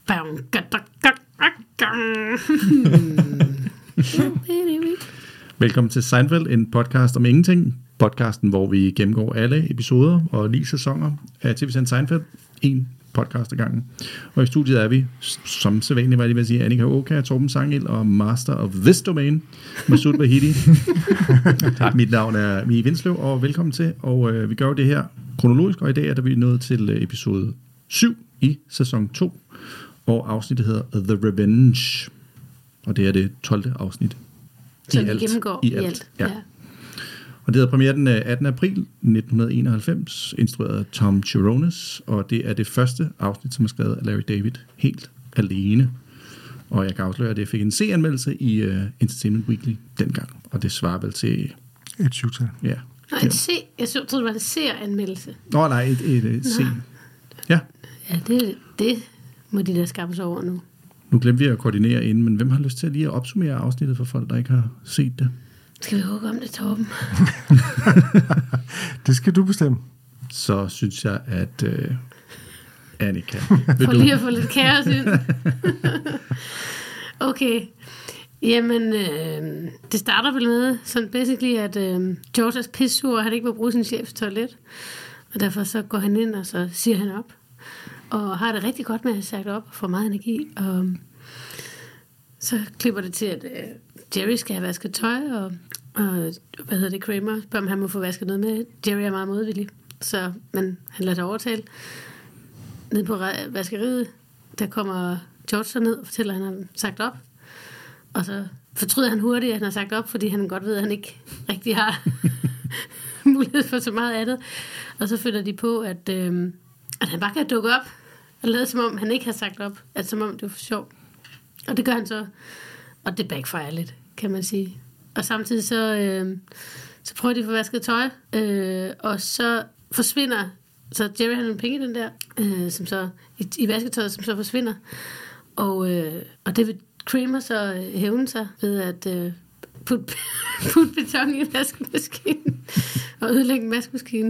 Velkommen til Seinfeld, en podcast om ingenting. Podcasten, hvor vi gennemgår alle episoder og 9 sæsoner af TV-serien Seinfeld. En podcast ad gangen. Og i studiet er vi, som sædvanligt, hvad jeg vil sige, Annika Oka, Torben Sangel og Master of This Domain, Masoud Vahidi. Mit navn er Mie Vinsløv, og velkommen til. Og vi gør det her kronologisk, og i dag er vi nået til episode 7 i sæson 2. Og afsnittet hedder The Revenge. Og det er det 12. afsnit. Så vi gennemgår i alt. Ja. Og det havde premiere den 18. april 1991, instrueret af Tom Chirones, og det er det første afsnit, som er skrevet af Larry David helt alene. Og jeg kan afsløre, at det fik en C-anmeldelse i Entertainment Weekly dengang, og det svarer vel til... Et 7-tal. Ja. Nå, et C. Jeg troede, det var en C-anmeldelse. Nå, nej, et C. Ja. Ja, det må de der skabe sig over nu. Nu glemte vi at koordinere inden, men hvem har lyst til at lige at opsummere afsnittet for folk, der ikke har set det? Skal vi hugge om det, Torben? Det skal du bestemme. Så synes jeg, at Annika... For lige at få lidt kaos ind. Okay. Jamen, det starter vel med sådan basically, at George er pissur, og han ikke vil bruge sin chefs toilet. Og derfor så går han ind, og så siger han op. Og har det rigtig godt med at have sagt op og får meget energi. Og så klipper det til, at Jerry skal have vasket tøj, og Kramer spørger, om han må få vasket noget med. Jerry er meget modvillig, men han lader sig overtale. Nede på vaskeriet, der kommer George så ned og fortæller, at han har sagt op. Og så fortryder han hurtigt, at han har sagt op, fordi han godt ved, at han ikke rigtig har mulighed for så meget af det. Og så følger de på, at han bare kan dukke op og lade som om, han ikke har sagt op. At som om det var for sjov. Og det gør han så. Og det backfire lidt, kan man sige. Og samtidig så prøver de at få vasket tøj. Og så forsvinder... Så Jerry har nogle penge i den der, som så, i vasketøjet, som så forsvinder. Og det vil Kramer så hævne sig ved at putte beton i en vaskemaskine og ødelægge en vaskemaskine.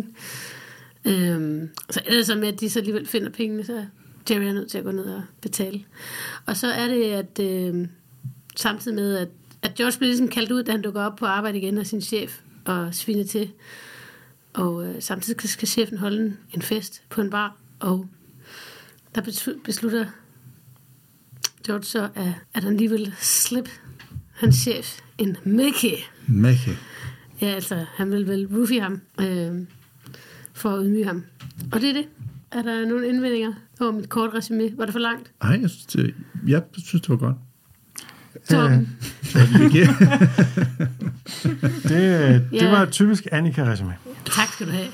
Så er det så med, at de så alligevel finder pengene, så Jerry er nødt til at gå ned og betale. Og så er det, at samtidig med, at George bliver ligesom kaldt ud, da han dukker op på arbejde igen af sin chef og sviner til. Og samtidig skal chefen holde en fest på en bar, og der beslutter George så, at han lige vil slippe hans chef en Mickey. Ja, altså, han vil vel roofie ham for at ydmyge ham. Og det er det. Er der nogle indvendinger over mit kort resume? Var det for langt? Nej, jeg synes, det var godt. Det var et typisk Annika-resume. Tak skal du have.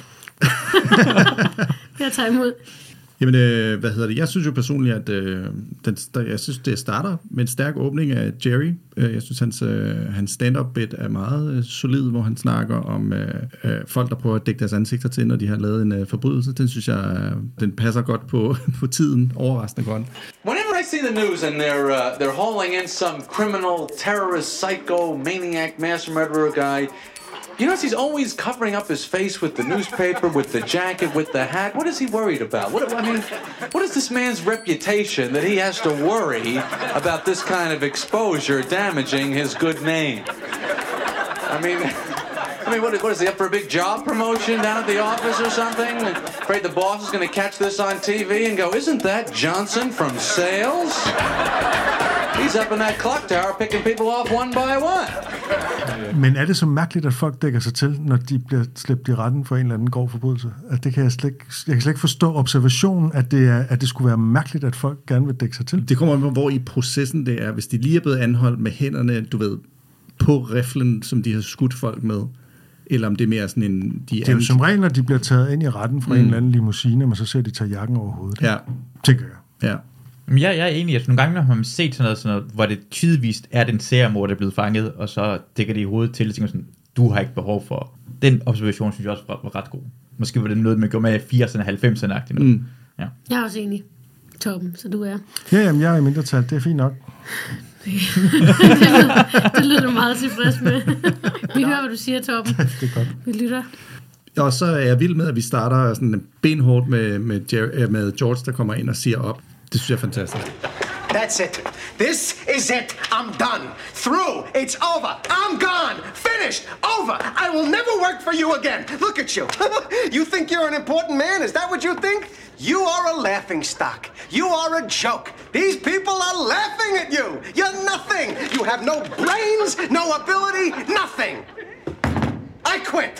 Jeg tager imod. Jamen, jeg synes jo personligt, at jeg synes, det starter med en stærk åbning af Jerry. Jeg synes, hans stand-up bit er meget solid, hvor han snakker om folk, der prøver at dække deres ansigter til, når de har lavet en forbrydelse. Den synes jeg, den passer godt på tiden, overraskende godt. Whenever I see the news and they're hauling in some criminal, terrorist, psycho, maniac, mass murderer guy, you notice he's always covering up his face with the newspaper, with the jacket, with the hat. What is he worried about? What is this man's reputation that he has to worry about this kind of exposure damaging his good name? I mean, what is he up for a big job promotion down at the office or something? Afraid the boss is going to catch this on TV and go, "Isn't that Johnson from sales?" He's up in that clock tower picking people off one by one. Men er det så mærkeligt, at folk dækker sig til, når de bliver slæbt i retten for en eller anden grov forbrydelse? Altså, det kan jeg kan slet ikke forstå observationen, at det skulle være mærkeligt, at folk gerne vil dække sig til. Det kommer an på, hvor i processen det er. Hvis de lige er blevet anholdt med hænderne, du ved, på riflen, som de har skudt folk med, eller om det er mere sådan en... Det er jo som regel, når de bliver taget ind i retten fra en eller anden limousine, men så ser de tage jakken over hovedet. Ja. Tænker jeg. Ja. Men jeg er enig, at nogle gange har man set sådan noget, hvor det tydeligvis er den seriemord, der er blevet fanget, og så dækker det i hovedet til, og tænker sådan, du har ikke behov for. Den observation, synes jeg også var ret god. Måske var det noget, man gjorde med 80'erne og 90'erne-agtigt noget. Ja. Jeg er også enig, Torben, så du er. Ja, jamen, jeg er i mindretal, det er fint nok. det lyder du meget tilfreds med. Vi hører, hvad du siger, Torben. Det er godt. Vi lytter. Og så er jeg vild med, at vi starter sådan benhårdt med George, der kommer ind og siger op. Det synes jeg er fantastisk. That's it. This is it. I'm done. Through. It's over. I'm gone. Finished. Over. I will never work for you again. Look at you. You think you're an important man? Is that what you think? You are a laughingstock. You are a joke. These people are laughing at you. You're nothing. You have no brains, no ability, nothing. I quit.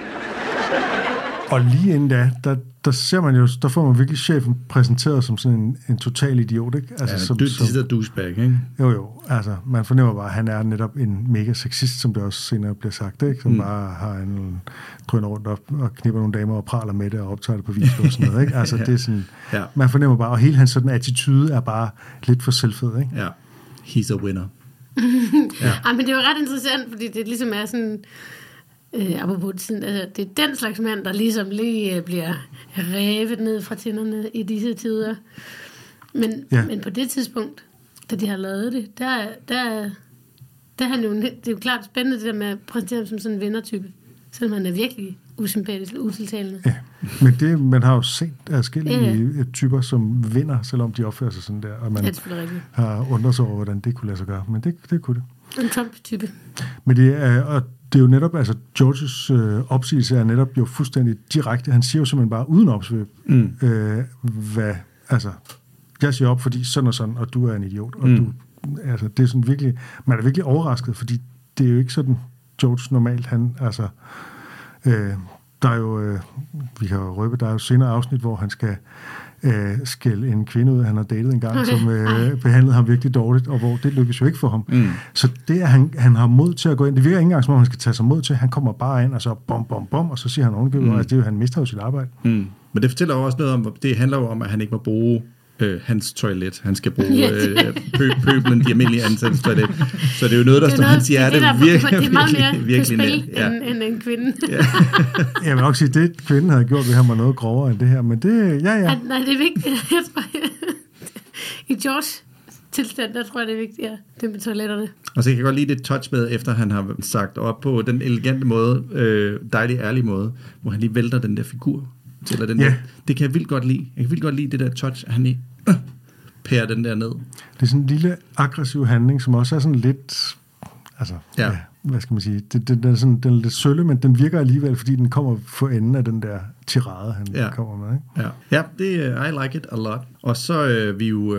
Og lige inden der ser man jo, der får man virkelig chefen præsenteret som sådan en total idiot, ikke? Altså, Ja, det er douchebag, ikke? Jo, altså, man fornemmer bare, at han er netop en mega sexist, som det også senere bliver sagt, ikke? Som bare har en drøner rundt op og knipper nogle damer og praler med det og optager det på video og sådan noget, ikke? Altså, det er sådan, man fornemmer bare, og hele hans sådan attitude er bare lidt for selvfed, ikke? Ja, he's a winner. Men det er jo ret interessant, fordi det ligesom er sådan... apropos tiden, altså, det er den slags mand, der ligesom lige bliver revet ned fra tænderne i disse tider. Men på det tidspunkt, da de har lavet det, der er han jo, det er jo klart spændende det der med at præsentere ham som sådan en vindertype, selvom han er virkelig usympatisk og utiltalende. Ja, men man har jo set forskellige typer, som vinder, selvom de opfører sig sådan der, og man har undret sig over, hvordan det kunne lade sig gøre, men det kunne det. En Trump-type. Men det er jo netop, altså Georges opsigelse er netop jo fuldstændig direkte. Han siger jo simpelthen bare uden opsvøb, jeg siger op, fordi sådan og sådan, og du er en idiot. Og du, altså, det er sådan virkelig, man er virkelig overrasket, fordi det er jo ikke sådan, George normalt, der er jo, vi kan jo røbe, der er jo senere afsnit, hvor han skal skælde en kvinde ud, han har datet en gang, som behandlede ham virkelig dårligt, og hvor det lykkes jo ikke for ham. Så det er, han har mod til at gå ind. Det virker ikke engang, som om han skal tage sig mod til. Han kommer bare ind, og så bom, og så siger han ovenkøbet, altså det er jo, han mister jo sit arbejde. Men det fortæller jo også noget om, det handler jo om, at han ikke må bruge hans toilet. Han skal bruge pøblen, de almindelige ansattes toilet. Så det er jo noget, der står hans hjerte virkelig end en kvinde. Jeg vil også sige, det kvinden havde gjort ved ham var noget grovere end det her, men det, Nej, det er vigtigt. Jeg tror, i George tilstand, der tror jeg, det er vigtigt, det med toiletterne. Og så kan jeg godt lide det touch med, efter han har sagt op på den elegante måde, dejlig ærlige måde, hvor han lige vælter den der figur. Eller den der, det kan jeg vildt godt lide. Jeg kan vildt godt lide det der touch, at han lige pærer den der ned. Det er sådan en lille aggressiv handling, som også er sådan lidt, altså, hvad skal man sige, den er lidt sølle, men den virker alligevel, fordi den kommer for enden af den der tirade, han kommer med. Ikke? Ja, det I like it a lot. Og så er vi jo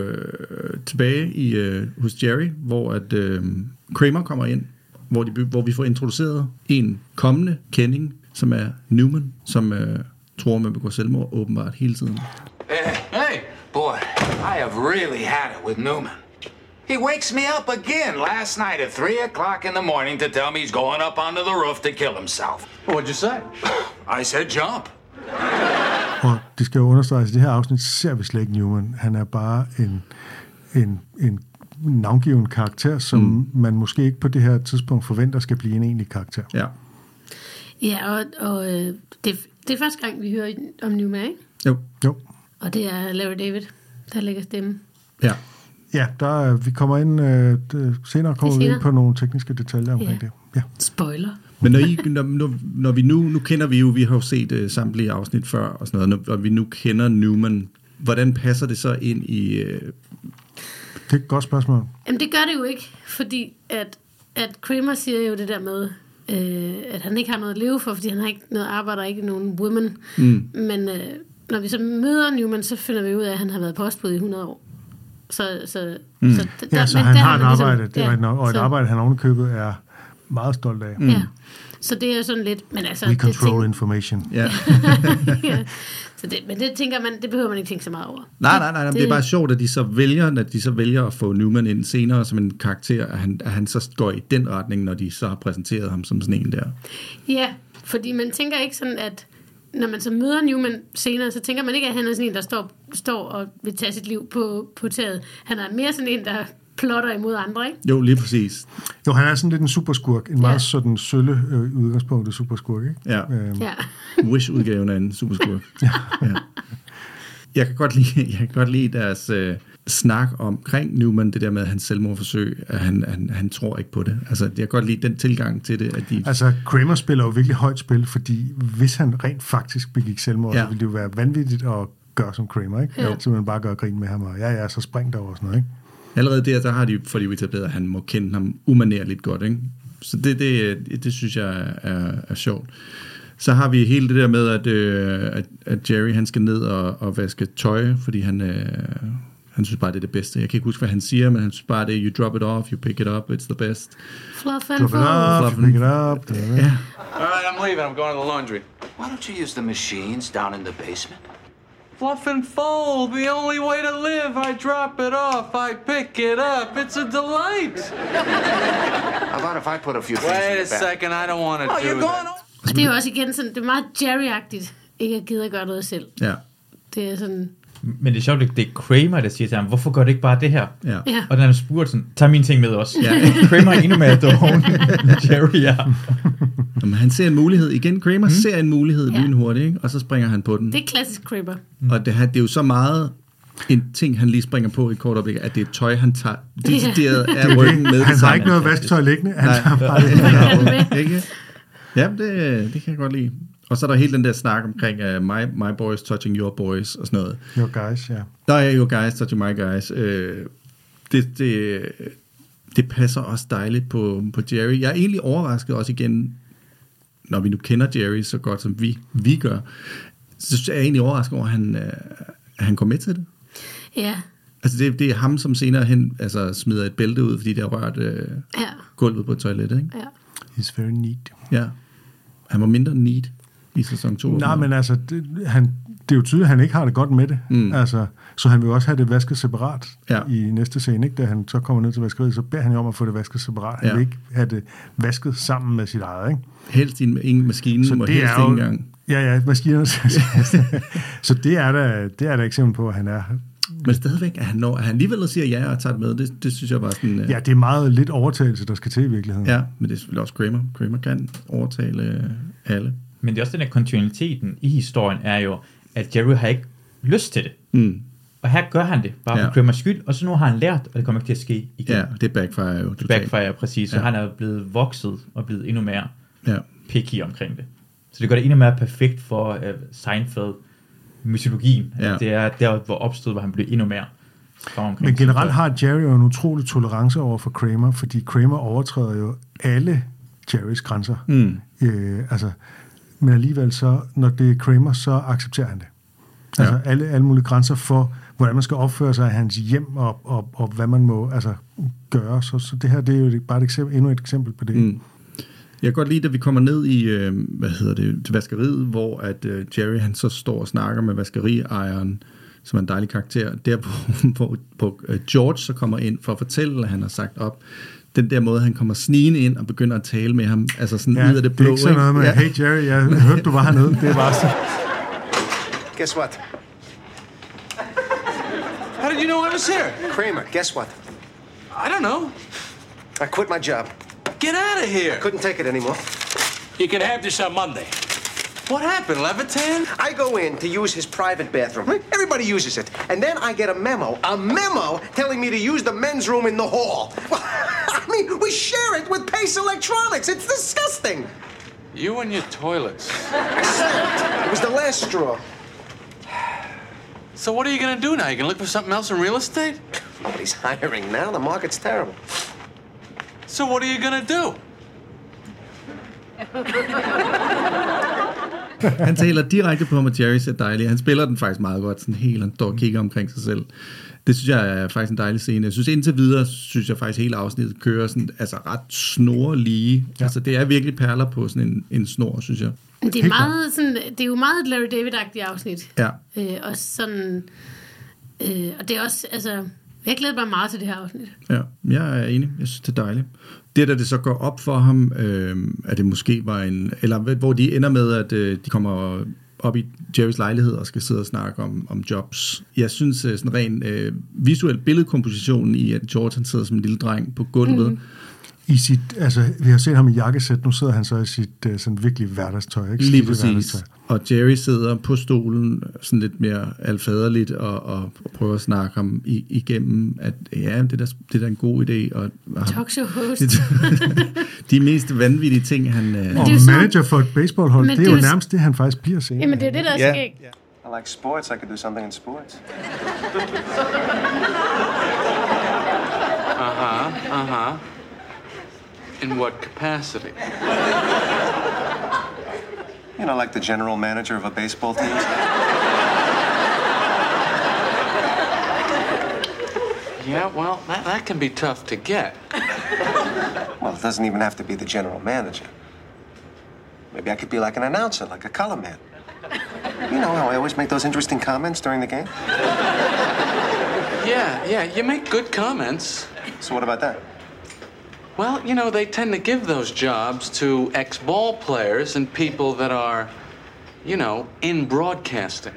tilbage hos Jerry, hvor at Kramer kommer ind, hvor vi får introduceret en kommende kending, som er Newman, som tror, man begår selvmord åbenbart hele tiden. Hey, boy, I have really had it with Newman. He wakes me up again last night at 3 o'clock in the morning to tell me he's going up onto the roof to kill himself. What'd you say? I said jump. Og det skal jo understreges, i det her afsnit ser vi slet ikke Newman. Han er bare en navngiven karakter, som man måske ikke på det her tidspunkt forventer skal blive en egentlig karakter. Ja, og det er første gang, vi hører om Newman, ikke? Jo. Og det er Larry David, der lægger stemme. Ja, vi kommer ind senere kommer vi ind på nogle tekniske detaljer omkring det. Ja. Spoiler. Men når vi nu kender vi jo, vi har jo set samtlige afsnit før og sådan noget, når vi nu kender Newman, hvordan passer det så ind i... Det er et godt spørgsmål. Jamen det gør det jo ikke, fordi at Kramer siger jo det der med, at han ikke har noget at leve for, fordi han har ikke noget arbejde og ikke nogen women. Men når vi så møder Newman, så finder vi ud af, at han har været postbud i 100 år. Så han har et arbejde, ligesom, det er nok, og et arbejde, han ovenikøbet er meget stolt af. Ja, så det er sådan lidt... Men altså, we control information. Ja. Men det tænker man, det behøver man ikke tænke så meget over. Nej, det er bare sjovt, at de så vælger at få Newman ind senere som en karakter, at han så går i den retning, når de så har præsenteret ham som sådan en der. Ja, fordi man tænker ikke sådan, at når man så møder Newman senere, så tænker man ikke, at han er sådan en, der står og vil tage sit liv på taget. Han er mere sådan en, der plotter imod andre, ikke? Jo, lige præcis. Jo, han er sådan lidt en superskurk. En meget sådan sølle udgangspunkt af superskurk, ikke? Ja. Wish-udgaven af en superskurk. Ja. Jeg kan godt lide deres snak omkring Newman, det der med hans selvmordforsøg, at han tror ikke på det. Altså, jeg kan godt lide den tilgang til det. Altså, Kramer spiller jo virkelig højt spil, fordi hvis han rent faktisk begik selvmord, så ville det jo være vanvittigt at gøre som Kramer, ikke? Så man bare gøre grin med ham, og så spring derover og sådan noget, ikke? allerede der har de, fordi vi etableret, at han må kende ham umanerligt godt, ikke? Så det synes jeg er sjovt. Så har vi hele det der med, at Jerry han skal ned og vaske tøj, fordi han synes bare, det er det bedste. Jeg kan ikke huske, hvad han siger, men han synes bare, det er, you drop it off, you pick it up, it's the best. Fluff and Drop it off, pick it up. Ja. All right, I'm leaving. I'm going to the laundry. Why don't you use the machines down in the basement? Fluff and fold, the only way to live. I drop it off, I pick it up. It's a delight. How about if I put a few things Wait in a the back? second, I don't want to Oh, do you're that. going on? Og det er jo også igen sådan, det er meget Jerry-agtigt, ikke at gide at gøre noget selv. Ja. Det er sådan, Men det er sjovt, det er Kramer, der siger til ham, hvorfor gør det ikke bare det her? Ja. ja. Og den han spurgte sådan, tag mine ting med også. Ja. Kramer er endnu mere doven, end Jerry er. Jamen, han ser en mulighed. Igen, Kramer ser en mulighed lynhurtigt, ikke? Og så springer han på den. Det er klassisk Kramer. Og det er jo så meget en ting, han lige springer på i et kort øjeblik, at det er tøj, han tager decideret af ryggen med. Han har ikke noget vasketøj liggende. Han tager bare det. med. Ikke? Ja, det kan jeg godt lide. Og så er der hele den der snak omkring my boys touching your boys og sådan noget. Your guys, ja. Der er your guys touching my guys. Det passer også dejligt på Jerry. Jeg er egentlig overrasket også igen, når vi nu kender Jerry så godt, som vi gør. Så er jeg egentlig overrasket over, at han går med til det. Ja. Altså det er ham, som senere hen smider et bælte ud, fordi det har rørt gulvet på toilettet, ikke? Ja. He's very neat. Ja. Han var mindre neat i sæson 2. Nej, men altså, det er jo tydeligt, at han ikke har det godt med det. Altså, så han vil også have det vasket separat i næste scene, ikke? Da han så kommer ned til vaskeriet, så beder han jo om at få det vasket separat. Han vil ikke have det vasket sammen med sit eget, ikke? Helst ingen maskine, så må helst ikke engang. Ja, maskinerne. Så det er der eksempel på, at han er. Men stadigvæk, at han alligevel siger ja og tager det med, det synes jeg bare sådan... Ja, det er meget lidt overtagelse, der skal til i virkeligheden. Ja, men det er selvfølgelig også Kramer. Kramer kan overtale alle. Men det er også den her kontinuiteten i historien, er jo, at Jerry har ikke lyst til det. Mm. Og her gør han det, bare for Kramers skyld, og så nu har han lært, og det kommer ikke til at ske igen. Ja, det backfire jo. Det backfire, præcis. Så han er blevet vokset og blevet endnu mere picky omkring det. Så det gør det endnu mere perfekt for Seinfeld-mytologien. Ja. Det er der, hvor opstået, hvor han bliver endnu mere. Men generelt har Jerry jo en utrolig tolerance over for Kramer, fordi Kramer overtræder jo alle Jerrys grænser. Men alligevel så, når det er Kramer, så accepterer han det. Altså alle mulige grænser for, hvordan man skal opføre sig i hans hjem, og hvad man må gøre. Så det her, det er jo bare endnu et eksempel på det. Mm. Jeg kan godt lide, at vi kommer ned i, til vaskeriet, hvor at Jerry han så står og snakker med vaskeriejeren, som er en dejlig karakter, der hvor George så kommer ind for at fortælle, at han har sagt op. Den der måde, han kommer snigende ind og begynder at tale med ham, altså sådan ud af det blå. Det er ikke sådan noget med, hey Jerry, jeg hørte, du var hernede. Det er bare så. Guess what? How did you know I was here? Kramer, guess what? I don't know. I quit my job. Get out of here. Couldn't take it anymore. You can have this on Monday. What happened, Levitan? I go in to use his private bathroom. Everybody uses it. And then I get a memo telling me to use the men's room in the hall. I mean, we share it with Pace Electronics. It's disgusting. You and your toilets. It was the last straw. So what are you going to do now? You going to look for something else in real estate? Nobody's hiring now. The market's terrible. So what are you going to do? Han taler direkte på ham, at Jerry er dejlig. Han spiller den faktisk meget godt, sådan helt, han står og kigger omkring sig selv. Det synes jeg er faktisk en dejlig scene. Jeg synes indtil videre, synes jeg faktisk hele afsnittet kører sådan, ret snorlige. Ja. Altså det er virkelig perler på sådan en snor, synes jeg. Det er, meget sådan, det er jo meget et Larry David-agtigt afsnit. Ja. Og sådan, og det er også, jeg glæder mig meget til det her afsnit. Ja, jeg er enig. Jeg synes, det er dejligt. Det, der det så går op for ham, at det måske var eller hvor de ender med, at de kommer op i Jerrys lejlighed og skal sidde og snakke om jobs. Jeg synes, sådan ren visuel billedkomposition i, at George sidder som en lille dreng på gulvet. I sit, vi har set ham i jakkesæt, nu sidder han så i sit sådan virkelig hverdagstøj, ikke? Lige præcis. Og Jerry sidder på stolen sådan lidt mere alfaderligt og prøver at snakke ham igennem, at ja, det er da en god idé. Og talkshow host. De mest vanvittige ting, han... Og manager for et baseballhold, det er jo nærmest det, han faktisk bliver senere. Jamen, det er det, der er skægt. I like sports. I could do something in sports. Uh-huh. In what capacity? You know, like the general manager of a baseball team. Yeah, well, that can be tough to get. Well, it doesn't even have to be the general manager. Maybe I could be like an announcer, like a color man. You know how I always make those interesting comments during the game? Yeah, you make good comments. So what about that? Well, you know, they tend to give those jobs to ex-ball players and people that are, you know, in broadcasting.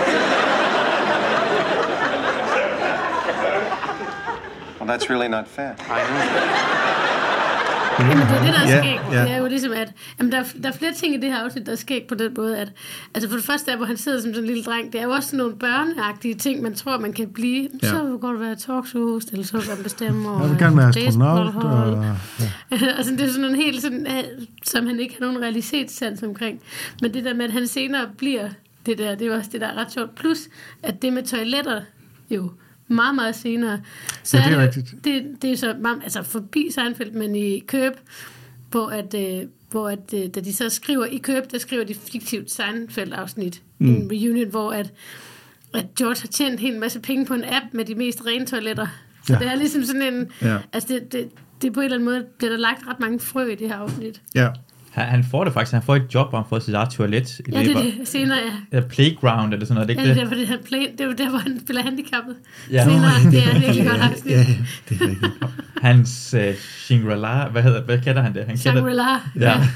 Well, that's really not fair. I know. Jamen, det er det, der er Ja, skægt. ja. Det er jo ligesom, at jamen, der er flere ting i det her afsnit, der er skægt på den måde, at altså for det første er, hvor han sidder som sådan en lille dreng, det er jo også sådan nogle børneagtige ting, man tror, man kan blive. Ja. Så vil du godt være talkshow-host, eller så vil man bestemme over Jeg vil gerne være astronaut. baseballhold. Og sådan, det er sådan en helt sådan, som han ikke har nogen realitetssans omkring. Men det der med, at han senere bliver det der, det er også det, der er ret sjovt. Plus, at det med toiletter jo meget, meget senere. Så Ja, det er jo- rigtigt. det er så meget, altså forbi Seinfeld, men i Curb, hvor da de så skriver i Curb, der skriver de fiktivt Seinfeld-afsnit, en reunion, hvor at George har tjent en hel masse penge på en app med de mest rene toiletter. Så Ja. det er ligesom sådan en, Ja. altså det på en eller anden måde, bliver der lagt ret mange frø i det her afsnit. Ja. Han får det faktisk. Han får et job, og han får sit eget toilet. Ja, det er det. Senere, ja. Eller playground, eller sådan noget. Det Ja, er det ikke er det er jo der, hvor han spiller handicappet. Ja. Senere, det er virkelig godt afsnit. Ja, det er rigtigt. Hans Shangri-La, hvad kalder han det? Han kalder Shangri-La. Ja.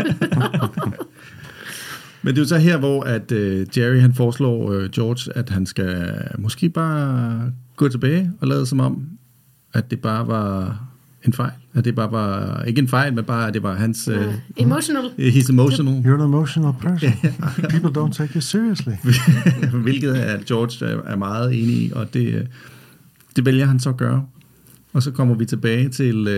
Men det er jo så her, hvor at Jerry han foreslår George, at han skal måske bare gå tilbage og lade som om, at det bare var en fejl. At det bare var, ikke en fejl, men bare, at det var hans... Emotional. He's emotional. You're an emotional person. People don't take you seriously. Hvilket at George er meget enig i, og det vælger han så at gøre. Og så kommer vi tilbage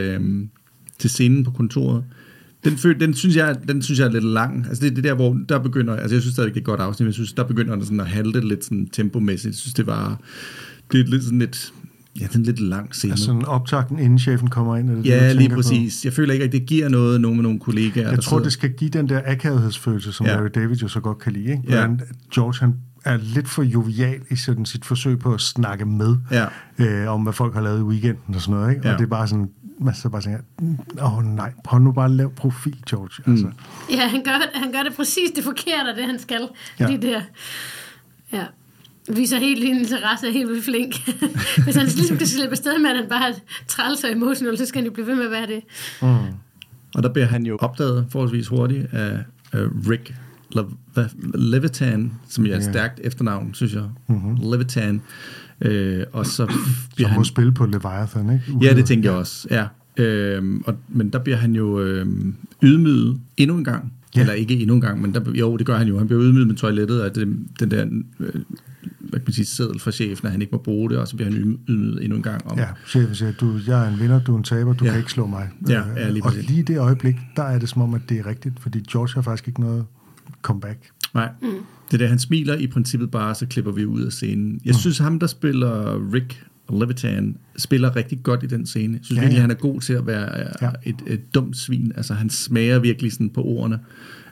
til scenen på kontoret. Den synes jeg er lidt lang. Altså det er der, hvor der begynder... Altså jeg synes stadig, det er et godt afsnit, men jeg synes, der begynder den sådan at halte lidt sådan tempomæssigt. Jeg synes, det er lidt sådan lidt... Ja, den lidt lang scene. Altså sådan optakten, inden chefen kommer ind. Er det det, Ja, du lige tænker præcis. Jeg føler ikke, at det giver noget med nogle kollegaer. Jeg tror, det skal give den der akavethedsfølelse, som Ja. Larry David jo så godt kan lide. Ikke? Ja. Hvordan George han er lidt for jovial i sådan sit forsøg på at snakke med om, hvad folk har lavet i weekenden og sådan noget. Ikke? Ja. Og det er bare sådan, man så bare tænker, nej, prøv nu bare at lave profil, George. Altså. Ja, han gør det præcis det forkerte af det, han skal. Ja. Lige der. Ja. Viser helt en interesse og helt vildt flink. Hvis han ligesom kan slippe afsted med, at han bare er træls og emotional, så skal han jo blive ved med at være det. Og der bliver han jo opdaget forholdsvis hurtigt af Rick Levitan, som er et stærkt efternavn, synes jeg. Levitan. Og så bliver Som må spille på Leviathan, ikke? Ja, det tænker jeg også, ja. Men der bliver han jo ydmyget endnu en gang. Ja. Eller ikke endnu en gang, men det gør han jo. Han bliver ydmyget med toilettet, og den der hvad kan man sige, seddel fra chefen, at han ikke må bruge det, og så bliver han ydmyget endnu en gang. Ja, chefen siger, jeg er en vinder, du er en taber, du kan ikke slå mig. Ja, lige og præcis. lige i det øjeblik, der er det som om, at det er rigtigt, fordi George har faktisk ikke noget comeback. Nej, det der, han smiler i princippet bare, så klipper vi ud af scenen. Jeg synes, ham der spiller Rick Levitan, spiller rigtig godt i den scene. Jeg synes virkelig, han er god til at være et dumt svin. Altså, han smager virkelig sådan på ordene.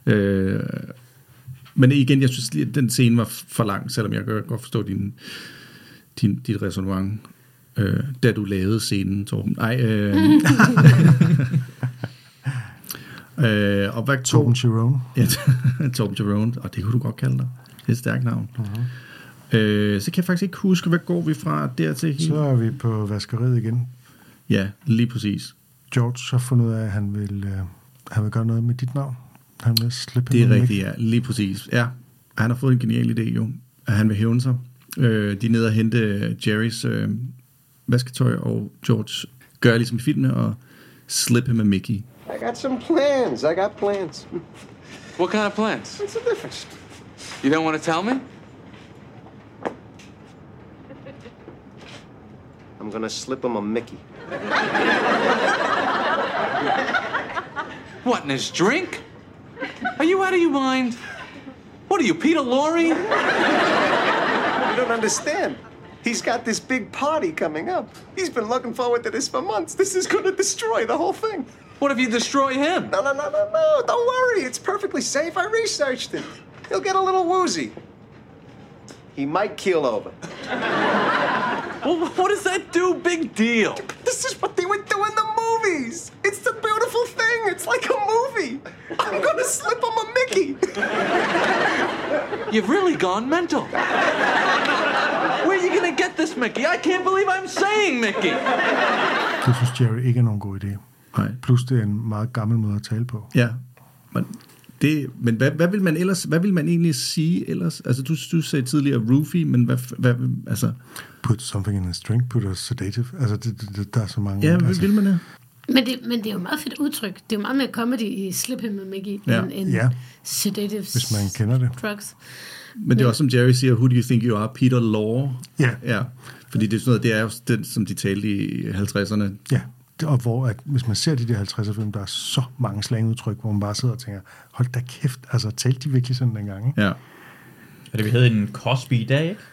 Men igen, jeg synes, at den scene var for lang, selvom jeg kan godt forstå dit resonemang, da du lavede scenen, Torben. Og hvad Torben Chirone. Ja, Torben Chirone, og det kunne du godt kalde dig. Det er et stærkt navn. Så kan jeg faktisk ikke huske, hvad går vi fra dertil? Så er vi på vaskeriet igen. Ja, lige præcis. George har fundet ud af, at han vil gøre noget med dit navn. Han vil slippe det er rigtigt, ja. Lige præcis. Ja, han har fået en genial idé jo, at han vil hævne sig. De er nede og hente Jerrys vasketøj, og George gør ligesom i filmene og slippe med Mickey. I got some plans. I got plans. What kind of plans? What's the difference? You don't want to tell me? I'm gonna slip him a Mickey. What, in his drink? Are you out of your mind? What are you, Peter Lorre? You don't understand. He's got this big party coming up. He's been looking forward to this for months. This is going to destroy the whole thing. What if you destroy him? No. Don't worry. It's perfectly safe. I researched it. He'll get a little woozy. He might keel over. Well, what does that do? Big deal. This is what they would do in the movies. It's the beautiful thing. It's like a movie. I'm going to slip him a Mickey. You've really gone mental. Where are you going to get this Mickey? I can't believe I'm saying Mickey. Det synes Jerry ikke er nogen god idé. Nej. Plus det er en meget gammel måde at tale på. Ja, men hvad vil man ellers? Hvad vil man egentlig sige ellers? Altså du sagde tidligere roofie, men hvad altså? Put something in a string, put a sedative. Altså der er så mange. Ja, hvad vil man det? Men det er jo meget fedt udtryk. Det er jo meget mere comedy i Slip Him and Mickey end sedatives. Hvis man kender det. Drugs. Men det er også som Jerry siger, who do you think you are? Peter Law. Ja. Fordi det er sådan noget, det er jo den, som de talte i 50'erne. Ja. Og hvor, at hvis man ser de der 50'er film, der er så mange slangudtryk, hvor man bare sidder og tænker, hold da kæft, altså talte de virkelig sådan dengang, ikke? Ja. Og det vi havde en Cosby i dag, ikke?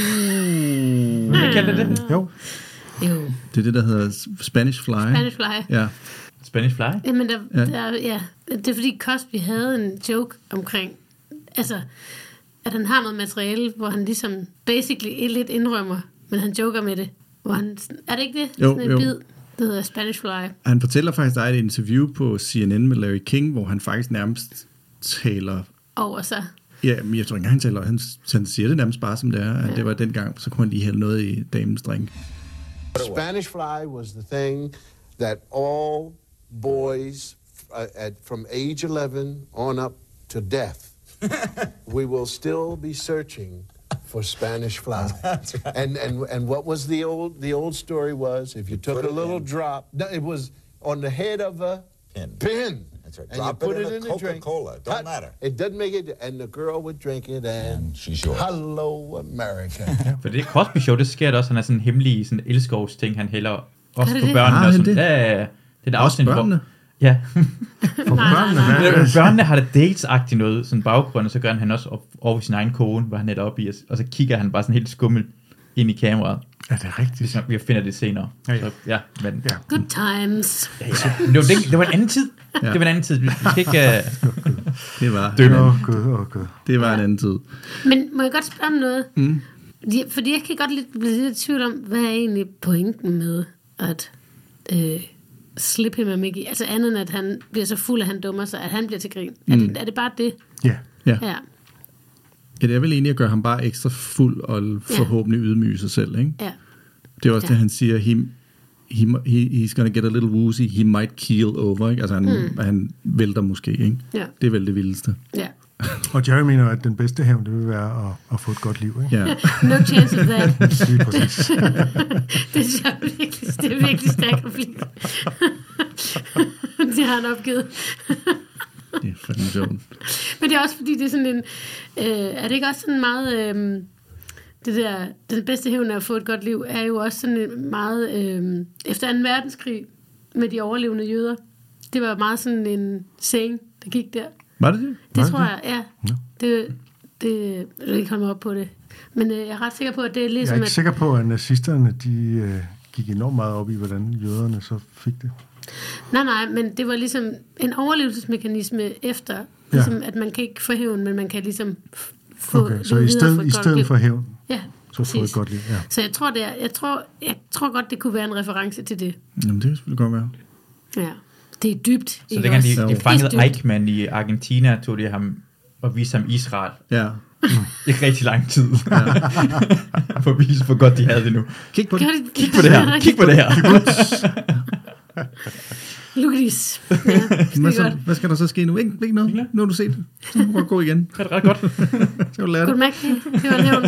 Hvad kaldte det? Jo. Det er det, der hedder Spanish Fly. Spanish Fly. Ja. Spanish Fly? Jamen, det er fordi Cosby havde en joke omkring, altså, at han har noget materiale, hvor han ligesom basically lidt indrømmer, men han joker med det. Hvor han, er det ikke det? Jo, sådan en bid, det hedder Spanish Fly. Han fortæller faktisk, der er et interview på CNN med Larry King, hvor han faktisk nærmest taler over sig. Ja, men jeg tror ikke, han siger det nærmest bare som det er, at det var dengang, så kunne han lige hælde noget i damens drink. Spanish Fly was the thing that all boys from age 11 on up to death, we will still be searching for Spanish Fly. That's right. And what was the old story was, if you took a little drop, no, it was on the head of a pin. That's right. And Drop you put it in in a the drink. Coca-Cola. Don't matter. It doesn't make it, and the girl would drink it, and she's yours. Hello, America. For det Cosby Show, det sker der også, han er sådan en hemmelig sådan elskovsting, han hælder også på det? børnene. Og sådan, det? Ja. Det er Også børnene? Ja. For børnene, Børnene har det dates-agtigt noget, sådan baggrund, og så gør han også over sin egen kone, hvor han er oppe i, og så kigger han bare sådan helt skummel ind i kameraet. Ja, det er rigtigt. Vi finder det senere. Ja. Så, men, Good times. Ja. Det var en anden tid. Ja. Det var en anden tid. Vi skal ikke Det var God. Det var en anden tid. Men må jeg godt spørge om noget? Fordi jeg kan godt blive lidt i tvivl om, hvad er egentlig pointen med at Slip Him and Mickey? Altså andet end, at han bliver så fuld, at han dummer sig, at han bliver til grin. Er det bare det? Ja. Ja, det er vel egentlig at gøre ham bare ekstra fuld og forhåbentlig ydmyge sig selv, ikke? Ja. Det er også det, han siger, he's gonna get a little woozy, he might keel over, ikke? Altså han vælter måske, ikke? Ja. Det er vel det vildeste. Ja. Og Jerry mener, at den bedste hævn, det vil være at få et godt liv, ikke? Ja. No chance of that. Lige præcis. Det er virkelig stærkt konflikt. Det har han opgivet. Det er fucking sjovt. Men det er også fordi, det er sådan en... er det ikke også sådan meget... det der, den bedste hævn af at få et godt liv, er jo også sådan en meget... efter 2. verdenskrig med de overlevende jøder. Det var meget sådan en saying, der gik der. Var det det? Det tror jeg, ja. Det jeg vil ikke holde mig op på det. Men jeg er ret sikker på, at det er ligesom... Jeg er ikke sikker på, at nazisterne, de gik enormt meget op i, hvordan jøderne så fik det. Nej, men det var ligesom en overlevelsesmekanisme efter, ligesom, at man kan ikke få hævn, men man kan ligesom få så i stedet for hævn, så få et godt liv. Ja. Så jeg tror godt, det kunne være en reference til det. Jamen, det kan selvfølgelig godt være. Ja, det er dybt. Så dengang de fangede Eichmann i Argentina, tog de ham og viste ham Israel. Ja. Ikke rigtig lang tid. For at vise, hvor godt de havde det nu. Kig på det. Kig på det her. Kig på det her. Look at this. Hvad skal der så ske nu? Ikke noget. Nu har du set det. Så må du gå igen. Det er ret godt. Så kan du lære det. Good Mac, det var en hævn.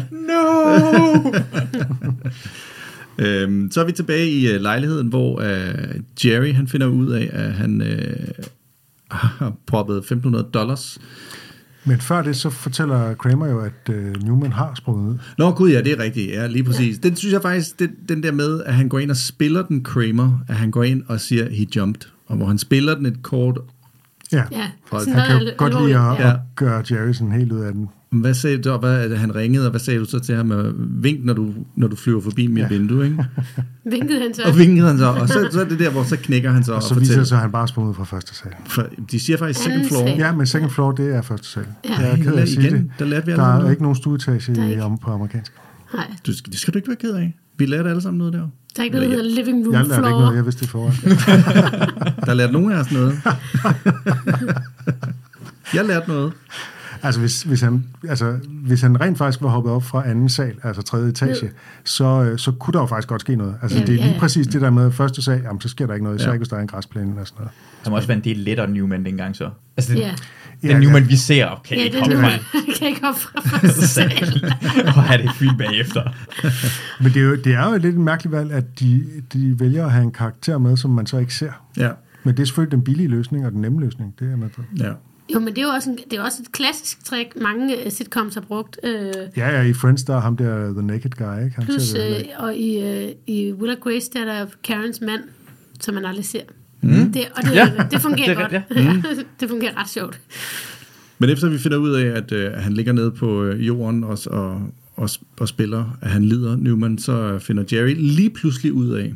No! Så er vi tilbage i lejligheden, hvor Jerry han finder ud af, at han har proppet $1,500. Men før det, så fortæller Kramer jo, at Newman har sprunget ud. Nå gud, ja, det er rigtigt. Ja, lige præcis. Ja. Den synes jeg faktisk, den der med, at han går ind og spiller den Kramer, at han går ind og siger, he jumped. Og hvor han spiller den et kort. Ja. Han kan jo godt lide at gøre Jerry sådan helt ud af den. Hvad sagde du, han ringede, og hvad sagde du så til ham? Vink, når du flyver forbi mit vindue, ikke? Vinkede han så? Og vinkede han så, og så er det der, hvor så knækker han så. Og så viser det sig, at han bare sprunget fra første sal. De siger faktisk second floor. Ja, men second floor, det er første sal. Ja. Jeg er ked af at sige det. Der er ikke nogen stueetage på amerikansk. Nej. Det skal du ikke være ked af. Vi lærte alle sammen noget der. Der er ikke noget, der hedder living room floor. Jeg lærte ikke noget, jeg vidste det forhånd. Der lærte nogen af os noget. Jeg lærte noget. Altså, hvis han rent faktisk var hoppet op fra anden sal, altså tredje etage, så kunne der jo faktisk godt ske noget. Altså, det er lige præcis det der med første sal, jamen, så sker der ikke noget, så ikke, hvis der er en græsplæne eller sådan noget. Der må også være en del lettere Newman dengang så. Altså, den Newman, vi ser, kan ikke hoppe fra. Kan ikke hoppe fra første sal. Og have det fint bagefter. Men det er jo lidt et mærkeligt valg, at de vælger at have en karakter med, som man så ikke ser. Ja. Men det er selvfølgelig den billige løsning og den nemme løsning, det er med på. Ja. Jo, men det er jo også et klassisk trick, mange sitcoms har brugt. Ja, i Friends, der er ham der, The Naked Guy, ikke? Han plus, og i Will and Grace, der er der Karens mand, som man aldrig ser. Det fungerer godt. Det fungerer ret sjovt. Men efter vi finder ud af, at han ligger nede på jorden og spiller, at han lider, Newman, så finder Jerry lige pludselig ud af,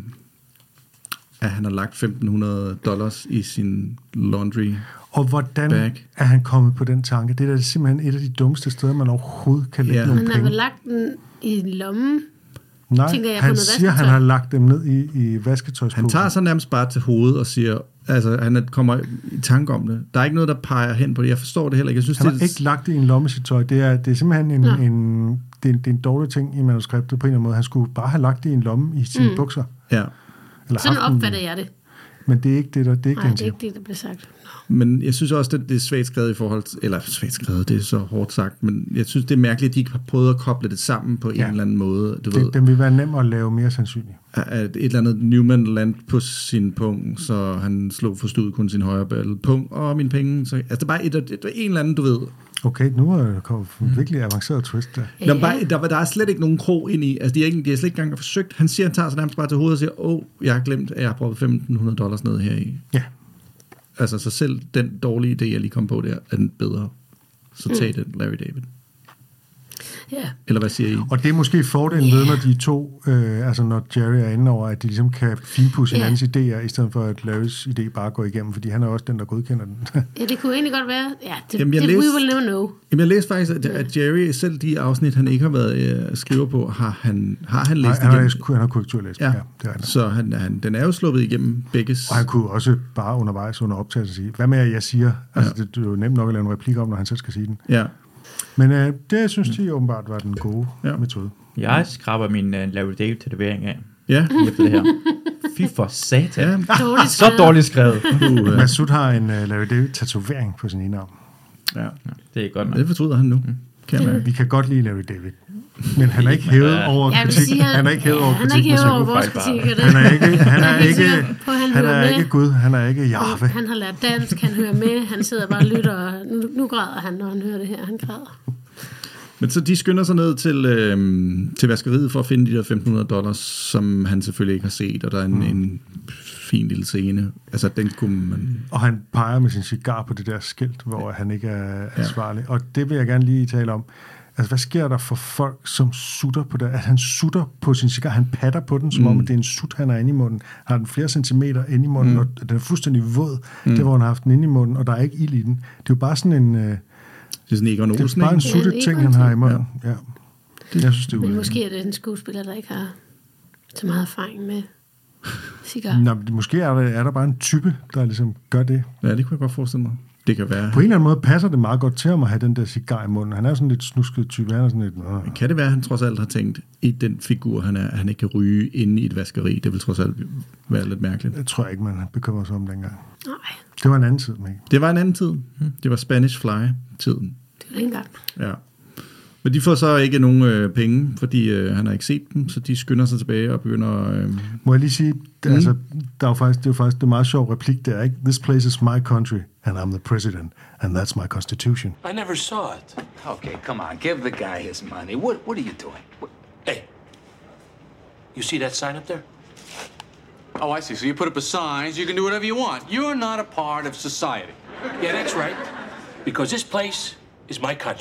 at han har lagt $1,500 i sin laundry. Og hvordan er han kommet på den tanke? Det er simpelthen et af de dummeste steder, man overhovedet kan lægge nogle penge. Han har vel lagt den i lommen? Nej, han siger, at han har lagt dem ned i vasketøjsposen. Han tager sig nærmest bare til hovedet og siger, altså han kommer i tanke om det. Der er ikke noget, der peger hen på det. Jeg forstår det heller ikke. Jeg synes, han har ikke lagt det i en lomme sit tøj. Det er simpelthen en dårlig ting i manuskriptet på en eller anden måde. Han skulle bare have lagt det i en lomme i sine bukser. Ja. Eller sådan opfatter jeg det. Men det er ikke det, det er ikke det er ikke det, der bliver sagt. Men jeg synes også, at det er svagt skrevet i forhold til, eller svagt skrevet, det er så hårdt sagt, men jeg synes, det er mærkeligt, at de ikke har prøvet at koble det sammen på en eller anden måde. Den vil være nem at lave mere sandsynligt. At et eller andet Newman land på sin pung, så han slog forstået kun sin højre pung, og mine penge. Så, altså det er bare en eller anden, du ved. Okay, nu er det kommet virkelig avanceret twist der. Der er slet ikke nogen krog ind i. Altså, de har slet ikke engang forsøgt. Han siger, han tager sig nærmest bare til hovedet og siger, jeg har glemt, at jeg har brugt $1,500 ned her i. Ja. Altså, så selv den dårlige idé, jeg lige kom på der, er den bedre. Så tag den, Larry David. Ja. Eller hvad siger I? Og det er måske fordelen ved, når de to, altså når Jerry er inde over, at de ligesom kan finpudse hinandens idéer, i stedet for at Larrys idé bare går igennem, fordi han er også den, der godkender den. Ja, det kunne egentlig godt være. Ja, we will never know. Jamen, jeg læste faktisk, at Jerry, selv de afsnit, han ikke har været skriver på, har han læst igennem. Han har korrekturlæst. Ja, det er så den er jo sluppet igennem begges. Og han kunne også bare undervejs under optagelse sige, hvad med at jeg siger? Altså, det er jo nemt nok at lave en replik om, når han selv skal sige den. Ja. Men det synes de åbenbart var den gode metode. Jeg skraber min Larry David-tatovering af. Ja. Efter det her. Fy for satan. Ja. Så dårligt skrevet. Masud har en Larry David-tatovering på sin ene arm. Ja. Det er godt nok. Det fortryder han nu. Vi kan godt lide Larry David. Men han er ikke hævet over kritik. Han er ikke hævet over kritik. Han er ikke Gud. Han er ikke Jahve. Han har lært dansk. Han hører med. Han sidder bare og lytter. Og nu græder han, når han hører det her. Han græder. Men så de skynder sig ned til vaskeriet for at finde de der $1,500, som han selvfølgelig ikke har set. Og der er en fin lille scene. Altså, den kunne man... Og han peger med sin cigar på det der skilt, hvor han ikke er ansvarlig. Og det vil jeg gerne lige tale om. Altså, hvad sker der for folk, som sutter på det? At han sutter på sin cigar, han patter på den, som om det er en sut, han har inde i munden. Han har den flere centimeter inde i munden, og den er fuldstændig våd. Det hvor han har haft den inde i munden, og der er ikke ild i den. Det er jo bare sådan en... det er sådan Egon Olsen, bare en suttet ting, han har i munden. Ja. Jeg synes, det er men måske er det en skuespiller, der ikke har så meget erfaring med cigar. Nå, måske er der bare en type, der ligesom gør det. Ja, det kunne jeg godt forestille mig. Det kan være. På en eller anden måde passer det meget godt til ham at have den der cigar i munden. Han er sådan lidt snusket type. Han er sådan lidt... Kan det være, at han trods alt har tænkt, i den figur, han er, at han ikke kan ryge inde i et vaskeri? Det vil trods alt være lidt mærkeligt. Det tror jeg ikke, man bekymrer sig om dengang. Nej. Det var en anden tid, Mikkel. Det var en anden tid. Det var Spanish Fly-tiden. Det var engang. Ja. Men de får så ikke nogen penge, fordi han har ikke set dem, så de skynder sig tilbage og begynder... Må jeg lige sige, altså, det er faktisk en meget sjov replik der, ikke? This place is my country, and I'm the president, and that's my constitution. I never saw it. Okay, come on, give the guy his money. What are you doing? Hey, you see that sign up there? Oh, I see. So you put up a sign, so you can do whatever you want. You're not a part of society. Yeah, that's right. Because this place is my country.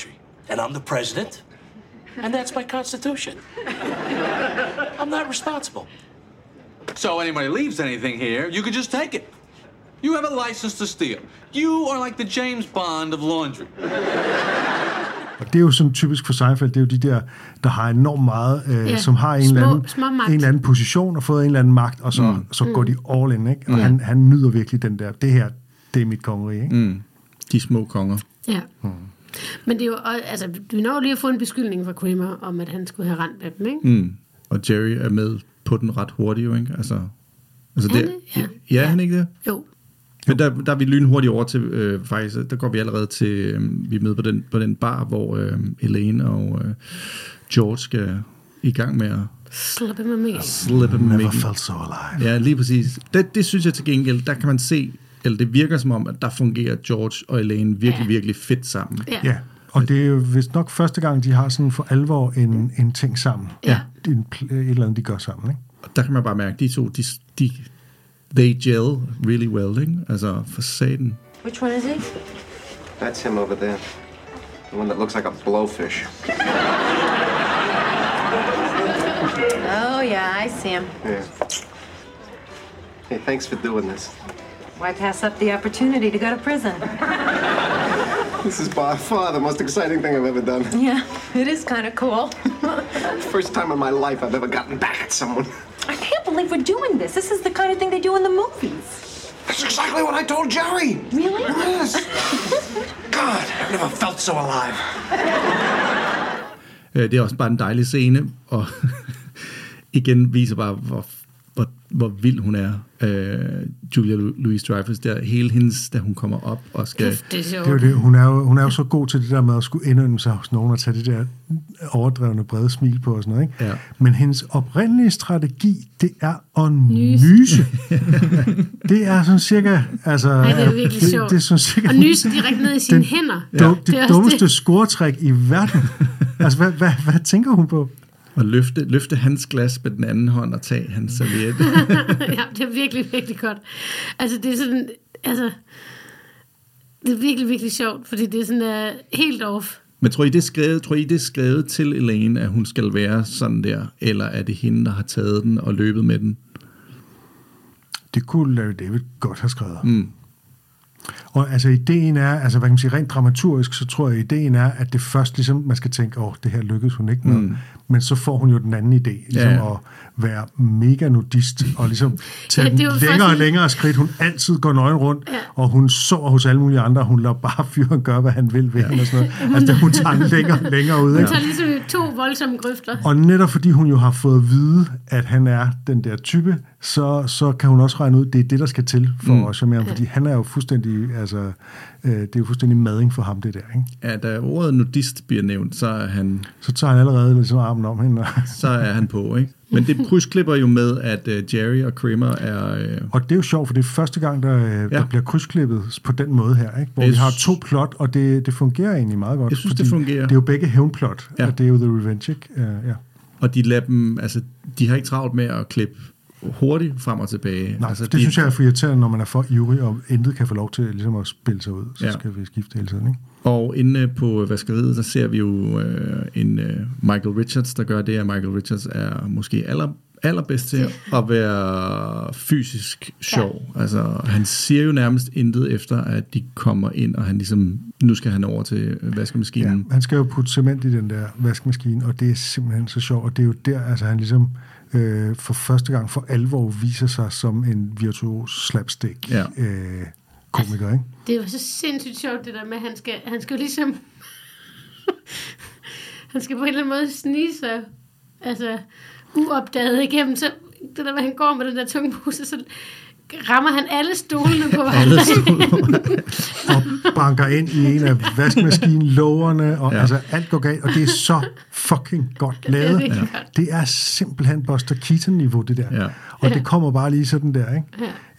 And I'm the president. And that's my constitution. I'm not responsible. So anybody leaves anything here, you can just take it. You have a license to steal. You are like the James Bond of laundry. Og det er jo sådan typisk for Seinfeld, det er jo de der har enormt meget, som har en eller anden position og fået en eller anden magt, og så går de all in, ikke? Og han nyder virkelig den der, det her, det er mit kongerige, ikke? De små konger. Ja. Men det er jo, altså, vi når lige at få en beskyldning fra Kramer om, at han skulle have rendt med dem, ikke? Og Jerry er med på den ret hurtigt, jo, ikke? Altså det, ja, han ikke det? Jo. Men der er vi lynhurtigt over til, faktisk, der går vi allerede til, vi er med på den bar, hvor Elaine og George skal i gang med at slippe med mig. Never felt so alive. Ja, lige præcis. Det synes jeg til gengæld, der kan man se, eller det virker som om, at der fungerer George og Elaine virkelig, virkelig fedt sammen. Ja. Og det er jo vist nok første gang, de har sådan for alvor en ting sammen. Ja. Et eller andet, de gør sammen, ikke? Og der kan man bare mærke, de to, they gel really well, ikke? Altså, for satan. Which one is he? That's him over there. The one that looks like a blowfish. Oh, yeah, I see him. Yeah. Hey, thanks for doing this. Why pass up the opportunity to go to prison? This is by far the most exciting thing I've ever done. Yeah, it is kind of cool. First time in my life I've ever gotten back at someone. I can't believe we're doing this. This is the kind of thing they do in the movies. That's exactly what I told Jerry. Really? Yes. God, I've never felt so alive. Det er også bare en dejlig scene, og igen viser bare, hvor vild hun er. Julia Louis-Dreyfus, der hele hendes, da hun kommer op og skal... Det er jo det. Hun er jo så god til det der med at skulle indømme sig hos nogen og tage det der overdrevne brede smil på og sådan noget, ikke? Ja. Men hendes oprindelige strategi, det er at nyse. Det er sådan cirka... Altså, det er virkelig sjovt. Det er sådan cirka, og nyse direkte ned i sine hænder. Det dummeste scoretræk i verden. Altså, hvad tænker hun på? Og løfte hans glas med den anden hånd og tage hans serviet. Ja, det er virkelig, virkelig godt. Altså, det er sådan... Altså, det er virkelig, virkelig sjovt, fordi det er sådan helt off. Men tror I, det er skrevet til Elaine, at hun skal være sådan der? Eller er det hende, der har taget den og løbet med den? Det kunne Larry David godt have skrevet. Og altså ideen er, altså hvad kan man sige, rent dramaturgisk, så tror jeg, ideen er, at det først ligesom, man skal tænke, det her lykkedes hun ikke med, men så får hun jo den anden idé, ligesom at være mega nudist, og ligesom tage den længere og længere skridt, hun altid går nøgen rundt, og hun sover hos alle mulige andre, hun lader bare fyren gøre, hvad han vil ved hende og sådan noget. Altså hun tager den længere ud. Hun tager ligesom 2 voldsomme grøfter. Og netop fordi hun jo har fået at vide, at han er den der type, så kan hun også regne ud, det er det, der skal til for at charmere ham, fordi han er jo fuldstændig, altså, det er jo fuldstændig mading for ham, det der, ikke? Ja, da ordet nudist bliver nævnt, så er han... Så tager han allerede ligesom armen om hende. Så er han på, ikke? Men det krydsklipper jo med, at Jerry og Kramer er... Og det er jo sjovt, for det er første gang, der bliver krydsklippet på den måde her, ikke? Hvor vi har 2 plot, og det fungerer egentlig meget godt. Jeg synes, det fungerer. Det er jo begge hævnplot, og det er jo The Revenge, ikke? Ja. Og de lader dem, altså, de har ikke travlt med at klippe hurtigt frem og tilbage. Nej, altså, det synes jeg er for irriterende, når man er for ivrig, og intet kan få lov til ligesom at spille sig ud. Så skal vi skifte hele tiden, ikke? Og inde på vaskeriet, der ser vi jo en Michael Richards, der gør det, at Michael Richards er måske allerbedst til at være fysisk sjov. Altså, han siger jo nærmest intet efter, at de kommer ind, og han ligesom, nu skal han over til vaskemaskinen. Ja, han skal jo putte cement i den der vaskemaskine, og det er simpelthen så sjovt, og det er jo der, altså han ligesom for første gang for alvor viser sig som en virtuos slapstick komiker, ikke? Det er jo så sindssygt sjovt, det der med, at han skal jo ligesom... han skal på en eller anden måde snige sig, altså uopdaget igennem, så det der med, han går med den der tunge pose, så rammer han alle stolene på vej. Og banker ind i en af vaskemaskinen-lågerne, og altså alt går galt, og det er så fucking godt lavet. Det er simpelthen Buster Keaton-niveau, det der. Ja. Og det kommer bare lige sådan der, ikke?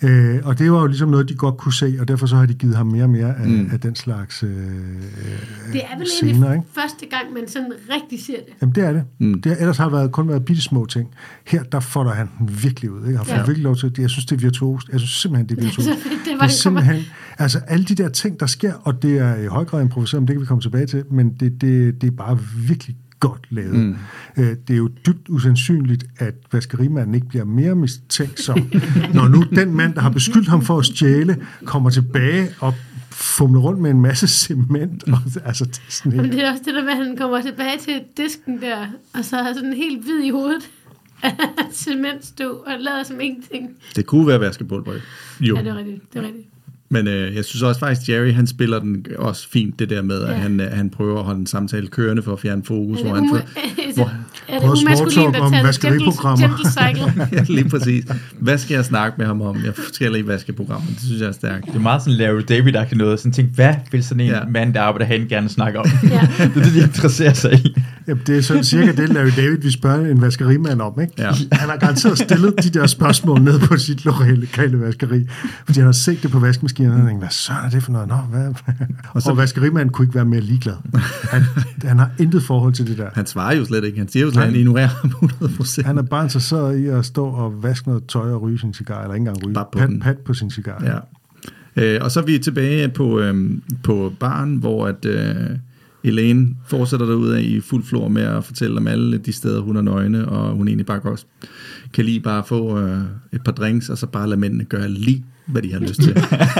Og det var jo ligesom noget, de godt kunne se, og derfor så har de givet ham mere og mere af den slags det er vel scener, egentlig ikke? første gang, man sådan rigtig ser det. Jamen, det er det. Ellers har det kun været bittesmå ting. Her, der folder han den virkelig ud. Ikke? Han får virkelig lov til det. Jeg synes, det er virtuost. Jeg synes simpelthen, det er virtuost. Det er simpelthen, altså alle de der ting, der sker, og det er i høj grad improviseret, men det kan vi komme tilbage til, men det er bare virkelig godt lavet. Det er jo dybt usandsynligt, at vaskerimanden ikke bliver mere mistænksom, når nu den mand, der har beskyldt ham for at stjæle, kommer tilbage og fumler rundt med en masse cement. Altså, det er sådan helt... Men det er også det der med, at han kommer tilbage til disken der, og så har sådan helt hvid i hovedet cementstøv, og lader som ingenting. Det kunne være vaskepulver. Jo. Ja, det er rigtigt. Men jeg synes også faktisk, Jerry, han spiller den også fint, det der med, at han prøver at holde en samtale kørende for at fjerne fokus. Er det umaskulint at tage vaskeriprogrammer? Ja, lige præcis. Hvad skal jeg snakke med ham om? Jeg skal lige vaskeprogrammer. Det synes jeg er stærkt. Det er meget sådan Larry David-agtigt noget. Sådan tænk, hvad vil sådan en mand, der arbejder herinde, gerne snakke om? Det er det, de interesserer sig i. Jamen, det er sådan cirka det, Larry David vil spørge en vaskerimand om, ikke? Ja. Han har garanteret stillet de der spørgsmål ned på sit lokale vaskeri, fordi han har set det på vaskemaskinen, og han tænker, hvad søren er det for noget? Nå, hvad? Og vaskerimanden kunne ikke være mere ligeglad. Han har intet forhold til det der. Han svarer jo slet ikke. Han siger jo slet, at han ignorerer ham 100%. Han er bare interesseret i at stå og vaske noget tøj og ryge sin cigar, eller ikke engang ryge. Pat på sin cigar. Ja. Og så er vi tilbage på baren, hvor at Elaine fortsætter derudad i fuld flor med at fortælle om alle de steder, hun er nøgne, og hun egentlig bare også kan lige bare få et par drinks, og så bare lade mændene gøre lige, hvad de har lyst til.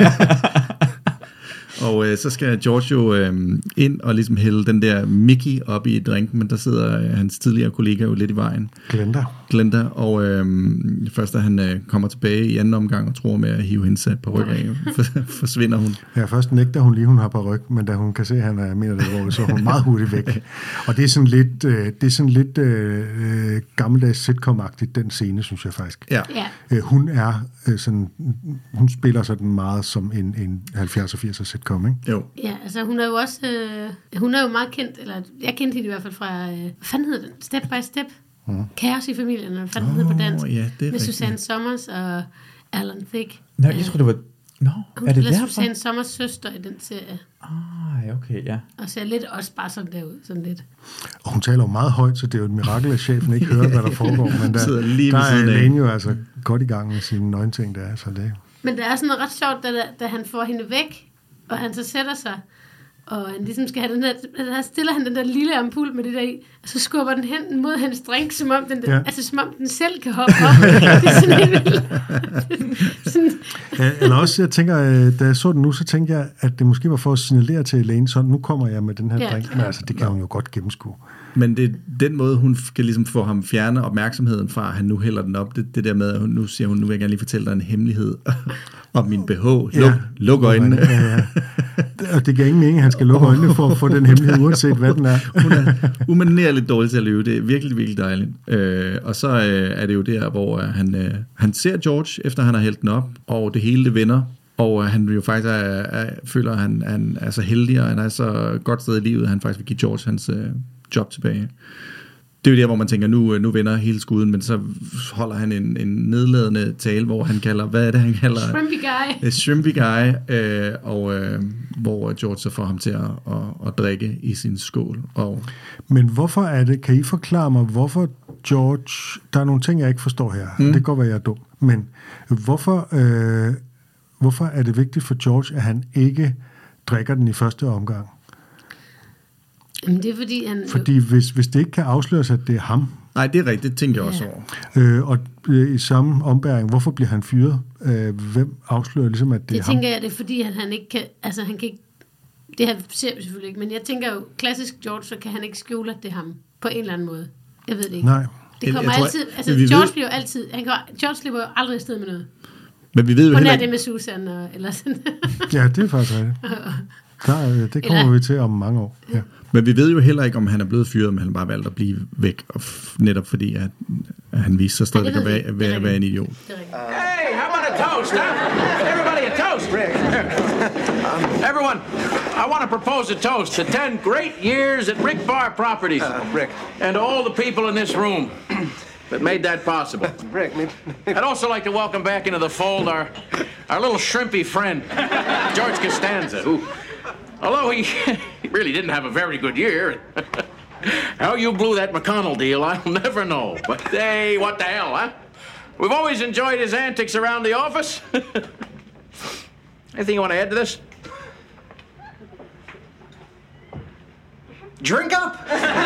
Og så skal George jo ind og ligesom hælde den der Mickey op i drinken, men der sidder hans tidligere kollega jo lidt i vejen. Glenda. Og først da han kommer tilbage i anden omgang og tror med at hive hendes på ryg af, forsvinder hun. Ja, først nægter hun lige, hun har på ryg, men da hun kan se, at han mener det alvorligt, så er hun meget hurtigt væk. Og det er sådan lidt, gammeldags sitcom-agtigt, den scene, synes jeg faktisk. Ja. Hun er hun spiller sådan meget som en 70'er 80'er sitcom, ikke? Jo. Ja, altså hun er jo også, hun er jo meget kendt, eller jeg kendte hende i hvert fald fra, hvad fanden hedder den? Step by Step. Kaos i familien, eller hvad fanden hedder på dansk. Ja, med Susanne Somers og Alan Thicke. Nej, jeg tror det var... Hun er det derfor? Susanne Somers søster i den serie. Okay, ja. Og ser lidt også bare sådan der ud, sådan lidt. Og hun taler jo meget højt, så det er jo et mirakel, at chefen ikke hører, hvad der foregår. Men der er Elaine jo altså godt i gang med sine nøgenting, der så det. Men der er sådan noget ret sjovt, da han får hende væk, og han så sætter sig, og han ligesom skal have den der, stiller han den der lille ampul med det der i, og så skubber den hen mod hans drink, som om den, altså som om den selv kan hoppe op. Det er sådan helt eller også, jeg tænker, da jeg så den nu, så tænker jeg, at det måske var for at signalere til Elaine, så nu kommer jeg med den her drink, men altså, det kan hun jo godt gennemskue. Men det er den måde, hun skal ligesom få ham fjerne opmærksomheden fra, at han nu hælder den op. Det der med, at nu siger hun, nu vil jeg gerne lige fortælle dig en hemmelighed om min BH. Luk øjnene. Ja. Og det giver ingen mening, at han skal lukke øjnene for at få den hemmelighed, uanset hvad den er. Hun er umanerligt dårlig til at løbe. Det er virkelig, virkelig dejligt. Og så er det jo der, hvor han ser George, efter han har hældt den op, og det hele det vender. Og han jo faktisk føler, at han er så heldig, og han er så godt sted i livet, at han faktisk vil give George hans job tilbage. Det er jo der, hvor man tænker, nu vender hele skuden, men så holder han en nedladende tale, hvor han kalder, hvad er det, han kalder? Shrimpy Guy. Og hvor George så får ham til at drikke i sin skål. Men hvorfor er det, kan I forklare mig, hvorfor George, der er nogle ting, jeg ikke forstår her, det kan godt være, jeg er dum, men hvorfor er det vigtigt for George, at han ikke drikker den i første omgang? Men det er fordi, Fordi hvis det ikke kan afsløres, at det er ham... Nej, det er rigtigt, det tænker jeg også over. Og i samme ombæring, hvorfor bliver han fyret? Hvem afslører ligesom, at det er ham? Det tænker jeg, det er fordi, at han ikke kan... Altså, han kan ikke... Det her ser vi selvfølgelig ikke, men jeg tænker jo, klassisk George, så kan han ikke skjule, at det er ham. På en eller anden måde. Jeg ved det ikke. Nej. Det kommer altid... Altså, George bliver jo altid... George slipper jo aldrig afsted med noget. Men vi ved jo heller ikke... det med Susan eller sådan. Ja, det er faktisk rigtigt. Det kommer vi til om mange år. Ja. Men vi ved jo heller ikke, om han er blevet fyret, men han bare valgt at blive væk, netop fordi, at han viste sig stadig at være en idiot. Hey, how about a toast, huh? Everybody a toast, Rick. Everyone, I want to propose a toast to 10 great years at Rick Bar Properties. Rick. And all the people in this room. that made that possible. Rick, maybe... I'd also like to welcome back into the fold our little shrimpy friend, George Costanza, who, although he really didn't have a very good year, how you blew that McConnell deal, I'll never know. But hey, what the hell, huh? We've always enjoyed his antics around the office. Anything you want to add to this? Drink up!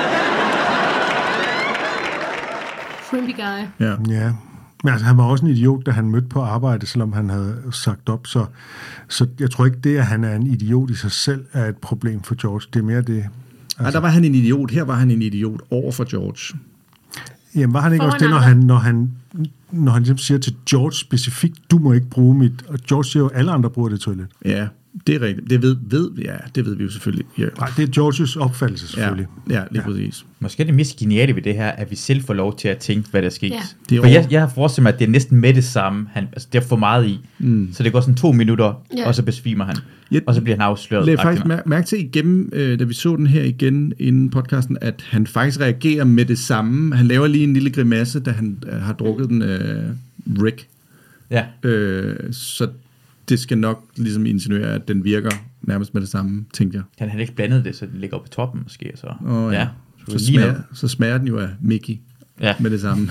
Shrimpy guy. Ja. Ja, men altså, han var også en idiot, da han mødte på arbejde, selvom han havde sagt op. Så jeg tror ikke, det, at han er en idiot i sig selv, er et problem for George. Det er mere det... Altså. Ej, der var han en idiot. Her var han en idiot over for George. Jamen, var han ikke også det, når han ligesom siger til George specifikt, du må ikke bruge mit... Og George siger jo, alle andre bruger det toilet. Ja, det er rigtigt. Det ved vi jo selvfølgelig. Ja. Nej, det er Georges opfattelse selvfølgelig. Ja, lige præcis. Måske det mest geniale ved det her, at vi selv får lov til at tænke, hvad der sker. Ja. For jeg har forestillet mig, at det er næsten med det samme. Altså, det er for meget i. Så det går sådan 2 minutter, og så besvimer han. Og så bliver han afsløret. Læg faktisk mærke til igennem, da vi så den her igen inden podcasten, at han faktisk reagerer med det samme. Han laver lige en lille grimasse, da han har drukket den Rick. Ja. Så det skal nok ligesom insinuere, at den virker nærmest med det samme, tænkte jeg. Kan han ikke blande det, så den ligger på toppen måske? Så, ja. Så smager den jo af Mickey med det samme.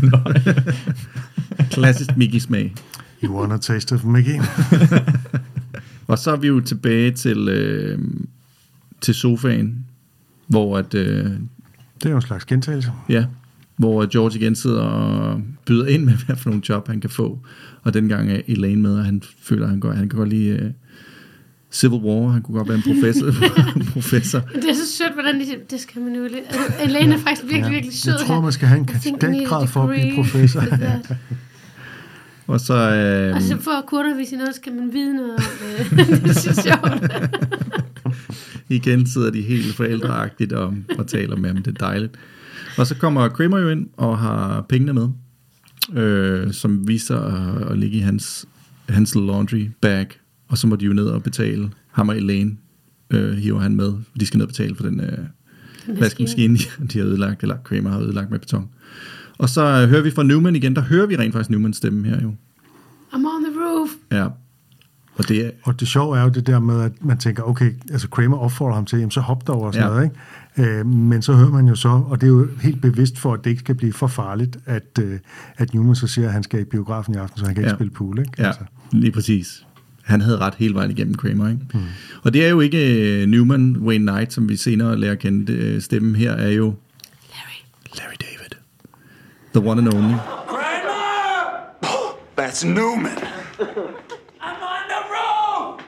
Klassisk Mickey-smag. You wanna taste of Mickey? Og så er vi jo tilbage til sofaen, hvor at... det er jo en slags gentagelse. Ja, hvor George igen sidder og byder ind med, hvad for nogle job han kan få. Og dengang er Elaine med, og han føler, at han kan godt lide Civil War. Han kunne godt være en professor. Det er så sødt, hvordan de siger, det skal man jo lidt. Elaine er faktisk virkelig sød. Jeg tror, man skal have en kandidatgrad for at blive professor. Og så for at kunne undervise i noget, skal man vide noget om det. Det er sjovt. Igen sidder de helt forældreagtigt og taler med ham. Det er dejligt. Og så kommer Kramer jo ind og har pengene med, som viser at ligge i hans laundry bag. Og så må de jo ned og betale. Ham og Elaine hiver han med. De skal ned og betale for den vaskemaskine, de har ødelagt, eller Kramer har ødelagt med beton. Og så hører vi fra Newman igen. Der hører vi rent faktisk Newmans stemme her jo. I'm on the roof. Ja. Og det sjove er jo det der med, at man tænker, okay, altså Kramer opfordrer ham til, jamen, så hop derover og sådan noget, ikke? Men så hører man jo så, og det er jo helt bevidst for, at det ikke skal blive for farligt, at Newman så siger, at han skal i biografen i aften, så han kan ikke spille pool, ikke? Ja, altså. Lige præcis. Han havde ret hele vejen igennem Kramer, ikke? Og det er jo ikke Newman Wayne Knight, som vi senere lærer at kende. Stemmen her er jo Larry David. The one and only. Kramer! That's Newman. I'm on the road!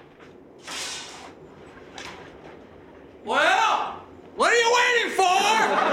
Well, what are you waiting for?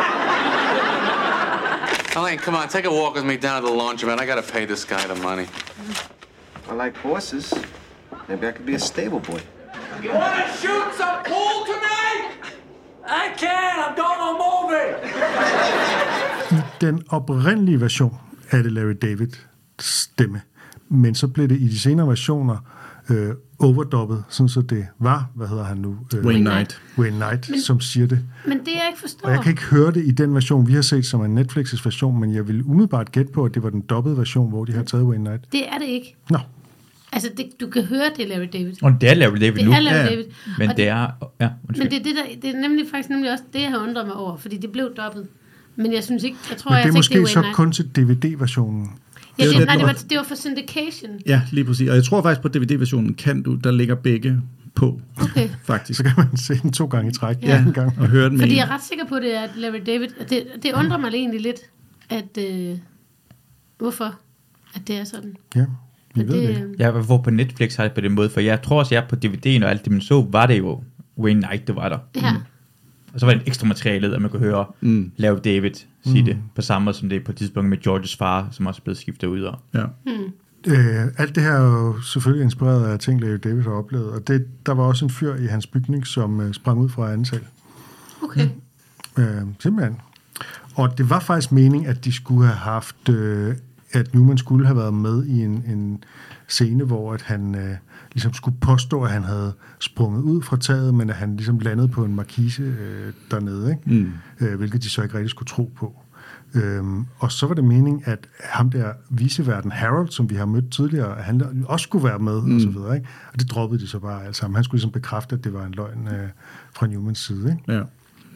Elaine, come on, take a walk with me down to the laundromat. I gotta pay this guy the money. I like horses. Maybe I could be a stable boy. You wanna shoot some pool tonight? I can, I'm going to movie. I den oprindelige version er det Larry David stemme, men så blev det i de senere versioner overdubbet, sådan så det var, hvad hedder han nu? Wayne Knight, som siger det. Men det jeg ikke forstår. Og jeg kan ikke høre det i den version, vi har set, som er Netflix's version, men jeg vil umiddelbart gætte på, at det var den dobbede version, hvor de har taget Wayne Knight. Det er det ikke. Nå. Altså, du kan høre, det er Larry David. Og det er Larry David nu. Det er Larry David. Men det er... Ja, men det er nemlig også det, jeg har undret mig over, fordi det blev dobbelt. Men jeg synes ikke, jeg tror, men jeg det er måske det er så kun til DVD-versionen. Ja, det var for syndication. Ja, lige præcis. Og jeg tror faktisk på DVD-versionen der ligger begge på. Okay. Faktisk. Så kan man se den 2 gange i træk. Ja, en gang. Og høre den med. Fordi jeg er ret sikker på, det er Larry David. Det undrer mig egentlig lidt, at hvorfor at det er sådan. Ja. Jeg ved det. Jeg var på Netflix har det på den måde, for jeg tror også, jeg på DVD'en og alt det, man så, var det jo Wayne Knight, det var der. Ja. Og så var det en ekstra materiale, at man kunne høre Larry David sige det, på samme måde som det på et tidspunkt med Georges far, som også er blevet skiftet ud. Ja. Alt det her er jo selvfølgelig inspireret af ting, Larry David har oplevet, og der var også en fyr i hans bygning, som sprang ud fra anden sal. Okay. Simpelthen. Og det var faktisk meningen, at de skulle have haft... at Newman skulle have været med i en scene, hvor at han ligesom skulle påstå, at han havde sprunget ud fra taget, men at han ligesom landede på en markise dernede, ikke? Hvilket de så ikke rigtig skulle tro på. Og så var det meningen, at ham der viceverden Harold, som vi har mødt tidligere, han også skulle være med, og så videre, ikke? Og det droppede de så bare alt sammen. Han skulle ligesom bekræfte, at det var en løgn fra Newmans side, ikke? Ja.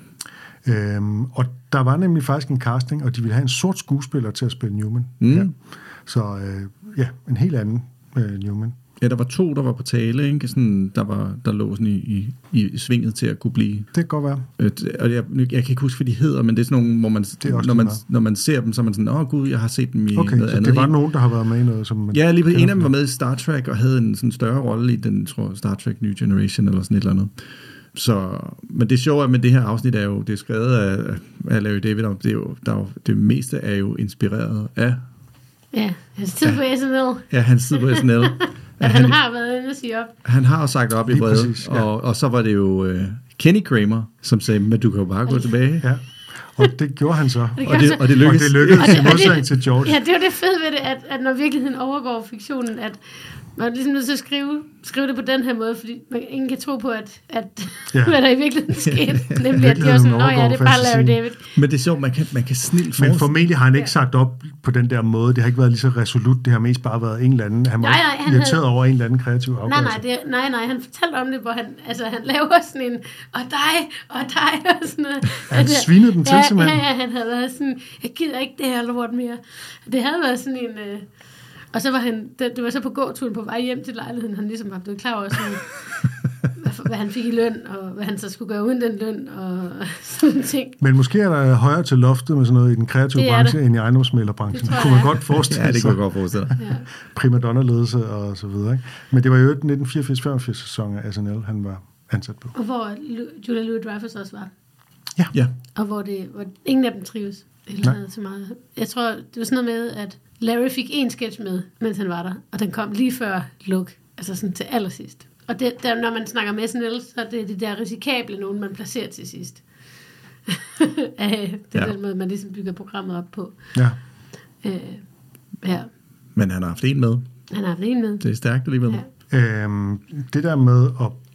Og der var nemlig faktisk en casting, og de ville have en sort skuespiller til at spille Newman. Ja. Så en helt anden Newman. Ja, der var 2, der var på tale, ikke? Sådan, der lå sådan i svinget til at kunne blive. Det kan godt være. Og jeg kan ikke huske, hvad de hedder, men det er sådan nogle, hvor man, når man ser dem, så er man sådan, gud, jeg har set dem i noget andet. det var nogen, der har været med i noget, som man... Ja, lige på en af dem var med i Star Trek, og havde en sådan større rolle i den, tror jeg, Star Trek New Generation, eller sådan et eller andet. Så, men det sjove er, med det her afsnit er jo, det er skrevet af Larry David, og det meste er jo inspireret af... Ja, hans tid på SNL. Ja, hans tid på SNL. Han har været inde og sige op. Han har sagt op i vrede, og så var det jo Kenny Kramer, som sagde, men du kan jo bare gå tilbage. Ja. Og det gjorde han så. Og det lykkedes. I modsætning til George. Ja, det var det fede ved det, at når virkeligheden overgår fiktionen, at man er ligesom nødt til at skrive det på den her måde, fordi ingen kan tro på, at hvad der i virkeligheden skete. Nemlig, at de var sådan, det er bare Larry David. Men det er sjovt, man kan snilt Men formentlig har han ikke sagt op på den der måde. Det har ikke været lige så resolut. Det har mest bare været en eller anden. Han var irriteret over en eller anden kreativ afgørelse. Nej, han fortalte om det, hvor han laver sådan en, og dig, og sådan noget. Han svinede den til, simpelthen. Ja, han havde været sådan, jeg gider ikke det her lort mere. Det havde været sådan en... Og så var det var så på gåturen på vej hjem til lejligheden, han ligesom var blevet klar over sådan, hvad han fik i løn, og hvad han så skulle gøre uden den løn, og sådan ting. Men måske er der højere til loftet med sådan noget i den kreative branche, end i ejendomsmæglerbranchen. Det kunne man godt forestille sig. Ja, det kunne man godt forestille sig. Ja. Primadonna-ledelse og så videre, ikke? Men det var jo 1984-85 sæson af SNL, han var ansat på. Og hvor Julia Louis-Dreyfus også var. Ja. Og hvor ingen af dem trives. Eller så meget. Jeg tror, det var sådan noget med, at Larry fik en sketch med, mens han var der, og den kom lige før luk, altså sådan til allersidst. Og det, der, når man snakker med SNL, så er det der risikable nogen, man placerer til sidst. Det er den måde, man ligesom bygger programmet op på. Ja. Men han har haft en med. Det er stærkt alligevel. Ja. Det der med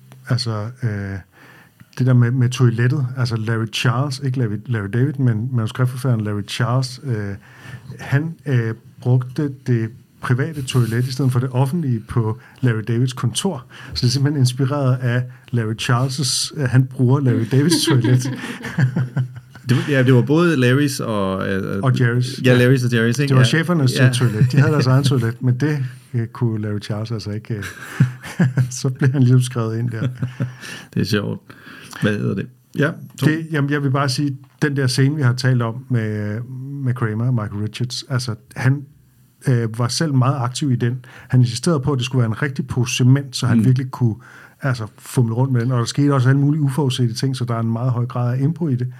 det der med toilettet, altså Larry Charles, ikke Larry David, men manuskriptforfatteren Larry Charles, han brugte det private toilet i stedet for det offentlige på Larry Davids kontor. Så det er simpelthen inspireret af Larry Charles' han bruger Larry Davids toilet. Det var både Larrys og Jerry's. Ja, Larrys og Jerry's, ikke? Det var chefernes toilet. De havde deres egen toilet, men det kunne Larry Charles altså ikke. Så blev han ligesom skrevet ind der. Det er sjovt. Hvad hedder det? Ja. Jamen, jeg vil bare sige, den der scene, vi har talt om med Kramer, Michael Richards, altså han var selv meget aktiv i den. Han insisterede på, at det skulle være en rigtig pose cement, så han virkelig kunne fumle rundt med den. Og der skete også alle mulige uforudsete ting, så der er en meget høj grad af impro i det.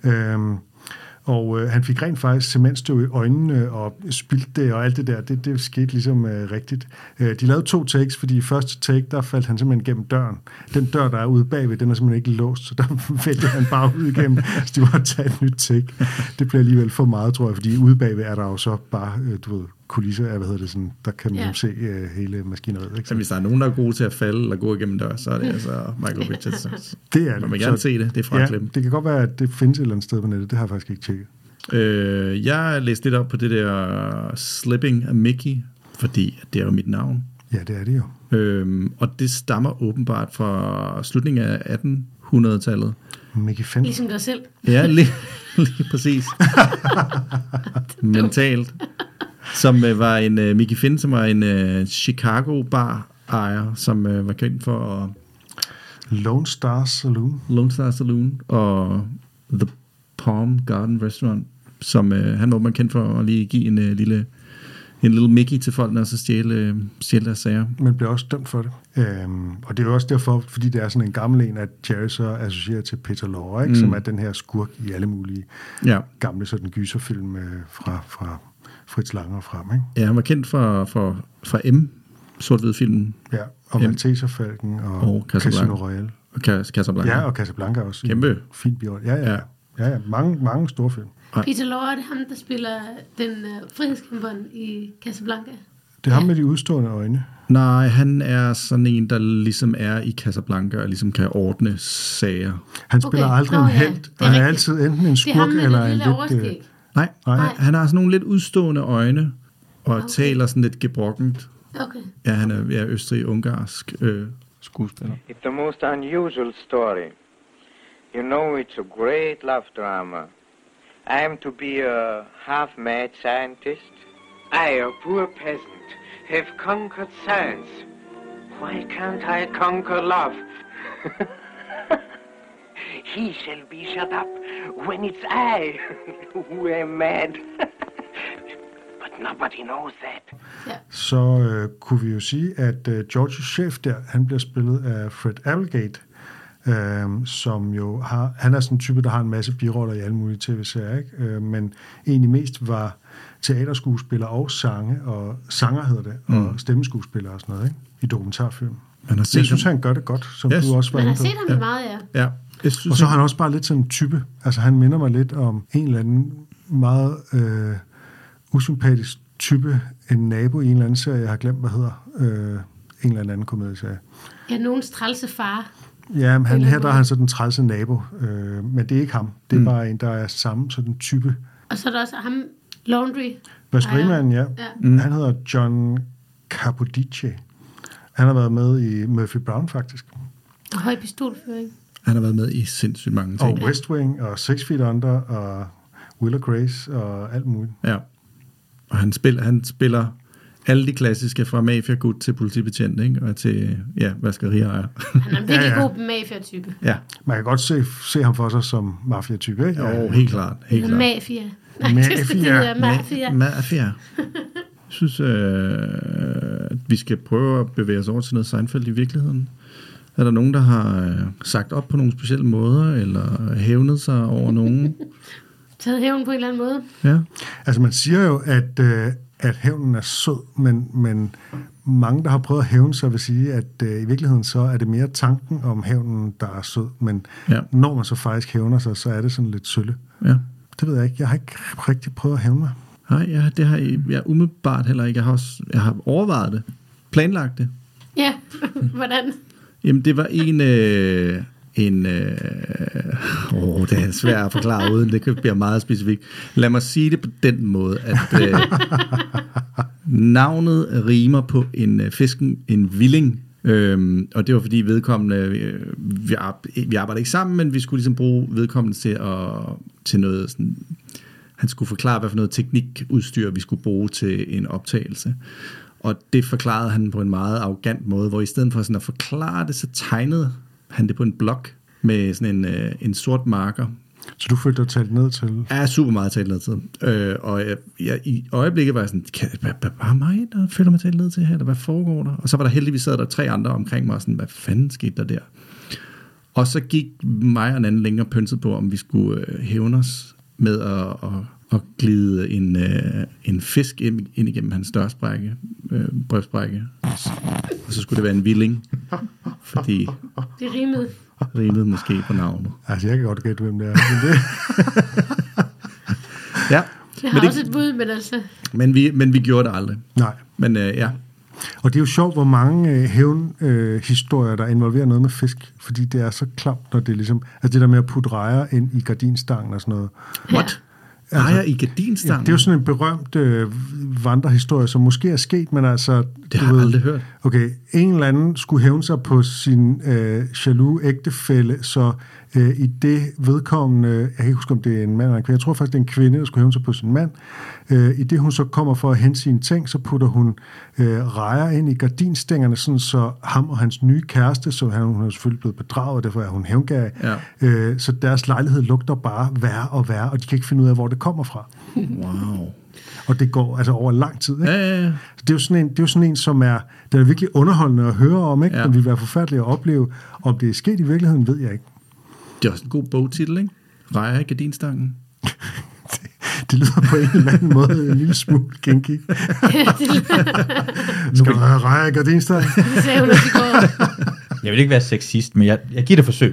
Og han fik rent faktisk cementstøv i øjnene og spildte det og alt det der. Det skete ligesom rigtigt. De lavede 2 takes, fordi i første take, der faldt han simpelthen gennem døren. Den dør, der er ude bagved, den er simpelthen ikke låst, så der væltede han bare ud igennem. Så de var tage et nyt take. Det blev alligevel for meget, tror jeg, fordi ude bagved er der jo så bare, kulisser af, sådan, der kan man se hele maskineriet. Ikke? Så hvis der er nogen, der er gode til at falde eller gå igennem dør, så er det altså Michael Richards. Det er man må gerne se det. Det er fragtlemt. Det kan godt være, at det findes et eller andet sted på nettet. Det har jeg faktisk ikke tjekket. Jeg læste lidt op på det der Slipping af Mickey, fordi det er jo mit navn. Ja, det er det jo. Og det stammer åbenbart fra slutningen af 1800-tallet. Mickey Finn. Ligesom dig selv. Ja, lige præcis. Mentalt. Som var en Mickey Finn, som var en Chicago bar ejer, som var kendt for Lone Star Saloon og The Palm Garden Restaurant, som han var kendt for at lige give en lille Mickey til folk, og så stjæle deres sager. Men blev også dømt for det. Og det er jo også derfor, fordi det er sådan en gammel en, at Jerry så associerer til Peter Lorre, ikke? Som er den her skurk i alle mulige gamle sådan gyserfilm fra Fritz Lang og frem, ikke? Ja, han var kendt fra M, sort-hvid filmen. Ja, og Malteserfalken og Casino Royale. Og Casablanca. Ja, og Casablanca også. Kæmpe. Fint bjort. Ja. Mange store film. Peter Lorre, det er ham, der spiller den frihedskæmperen i Casablanca. Det er ham med de udstående øjne. Nej, han er sådan en, der ligesom er i Casablanca og ligesom kan ordne sager. Han spiller aldrig en helt. Han er altid enten en skurk eller en lidt... Nej. Han har sådan nogle lidt udstående øjne, og taler sådan lidt gebrokkent. Okay. Ja, han er østrig-ungarsk skuespiller. It's the most unusual story. You know, it's a great love drama. I am to be a half-mad scientist. I, a poor peasant, have conquered science. Why can't I conquer love? He shall be shut up when it's I who am mad. But nobody knows that. Så kunne vi jo sige, at Georges chef der, han bliver spillet af Fred Applegate, som jo har, han er sådan en type, der har en masse biroller i alle mulige tv-serier, ikke? Men egentlig mest var teaterskuespiller og sanger hedder det, og stemmeskuespiller og sådan noget, ikke? I dokumentarfilm. Jeg synes, han gør det godt, som du også var inde på. Man har set ham meget, ja. Og så har han også bare lidt sådan en type. Altså, han minder mig lidt om en eller anden meget usympatisk type, en nabo i en eller anden serie, jeg har glemt, hvad hedder. En eller anden komedieserie. Ja, nogens trælse far. Ja, men her der er han så den trælse nabo, men det er ikke ham. Det er bare en, der er samme sådan type. Og så er der også ham, Laundry. Vaskerimanden, ja. Han hedder John Capodice. Han har været med i Murphy Brown, faktisk. Og høj pistolføring. Han har været med i sindssygt mange ting. Og West Wing, og 6 Feet Under, og Will og Grace, og alt muligt. Ja. Og han spiller alle de klassiske, fra mafia-gut til politibetjent, ikke? Og til, vaskerier. Han er virkelig god mafia-type. Ja. Man kan godt se ham for sig som mafia-type, ikke? Jo, helt klart. Mafia. Mafia. Jeg synes, vi skal prøve at bevæge os over til noget Seinfeld i virkeligheden. Er der nogen, der har sagt op på nogle specielle måder, eller hævnet sig over nogen? Taget hævn på en eller anden måde? Ja. Altså, man siger jo, at hævnen er sød, men mange, der har prøvet at hævne sig, vil sige, at i virkeligheden så er det mere tanken om hævnen, der er sød. Men når man så faktisk hævner sig, så er det sådan lidt sølle. Ja. Det ved jeg ikke. Jeg har ikke rigtig prøvet at hævne mig. Nej, det har jeg umiddelbart heller ikke. Jeg har overvejet det. Planlagt det. Ja, hvordan? Jamen, det var det er svært at forklare uden, det bliver meget specifikt. Lad mig sige det på den måde, at navnet rimer på en fisken, en villing, og det var fordi vedkommende, vi arbejder ikke sammen, men vi skulle ligesom bruge vedkommende til noget sådan, han skulle forklare, hvad for noget teknikudstyr vi skulle bruge til en optagelse. Og det forklarede han på en meget arrogant måde, hvor i stedet for sådan at forklare det, så tegnede han det på en blok med sådan en sort marker. Så du følte dig talt ned til? Ja, super meget talt ned til. Og jeg i øjeblikket var jeg sådan, bare mig, der føler mig talt ned til her, eller hvad foregår der? Og så var der heldigvis sad der 3 andre omkring mig, og sådan, hvad fanden skete der? Og så gik mig og en anden længere pynset på, om vi skulle hævne os med at glide en fisk ind igennem hans dørsprække, brevsprække. Og så skulle det være en villing, fordi det rimede måske på navnet. Altså, jeg kan godt gætte, hvem det er. Ja. Jeg har også et bud, men altså. Men vi gjorde det aldrig. Nej. Men ja. Og det er jo sjovt, hvor mange hævnhistorier, der involverer noget med fisk, fordi det er så klamt, når det er ligesom, altså det der med at putte rejer ind i gardinstangen og sådan noget. What? Rejer i gardinstangen? Ja, det er jo sådan en berømt vandrehistorie, som måske er sket, men altså... Det har jeg aldrig hørt. Okay, en eller anden skulle hævne sig på sin jaloux ægtefælle, så i det vedkommende, jeg kan ikke huske, om det er en mand eller en kvinde, jeg tror faktisk, det er en kvinde, der skulle hævne sig på sin mand. I det hun så kommer for at hente sine ting, så putter hun rejer ind i gardinstængerne, sådan så ham og hans nye kæreste, så hun er selvfølgelig blevet bedraget, og derfor er hun hævngærig. Ja. Så deres lejlighed lugter bare værre og værre, og de kan ikke finde ud af, hvor det kommer fra. Wow. Og det går altså over lang tid, ikke? Ja. Det er jo sådan en, som er virkelig underholdende at høre om, ikke? Ja. Den vil være forfærdelig at opleve. Om det er sket i virkeligheden, ved jeg ikke. Det er også en god bogtitel, ikke? Rejer i gardinstangen. Det lyder på en eller anden måde en lille smule kinky. Skal du have rejer i gardinstangen? Jeg vil ikke være sexist, men jeg giver det forsøg.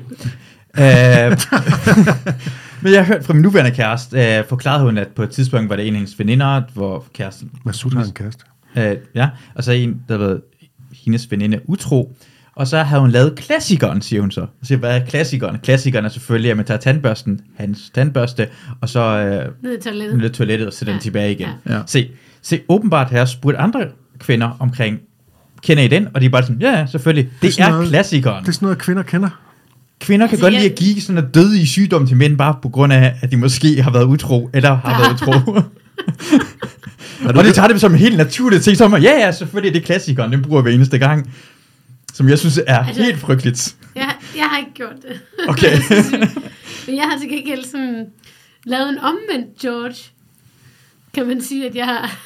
Men jeg har hørt fra min nuværende kæreste, forklarede hun, at på et tidspunkt var det en af hendes veninder, hvor kæresten... Masud har en kæreste. Ja, og så en, der var hendes veninde utro, Og så havde hun lavet klassikeren, siger hun så. Og siger, hvad er klassikeren? Klassikeren er selvfølgelig, at man tager tandbørsten, hans tandbørste, og så ned i toilettet og sætter den tilbage igen. Ja. Se, åbenbart har jeg spurgt andre kvinder omkring, kender I den? Og de er bare sådan, ja, selvfølgelig. Det er klassikeren. Det er sådan noget, kvinder kender. Kvinder kan godt lide at give sådan en dødig sygdom til mænd, bare på grund af, at de måske har været utro, eller har været utro. Og det tager det som helt naturligt til, som ja, selvfølgelig er det klassikeren, den bruger vi eneste gang. Som jeg synes er helt frygteligt. Jeg har ikke gjort det. Okay. Men jeg har til gengæld sådan lavet en omvendt George. Kan man sige, at jeg har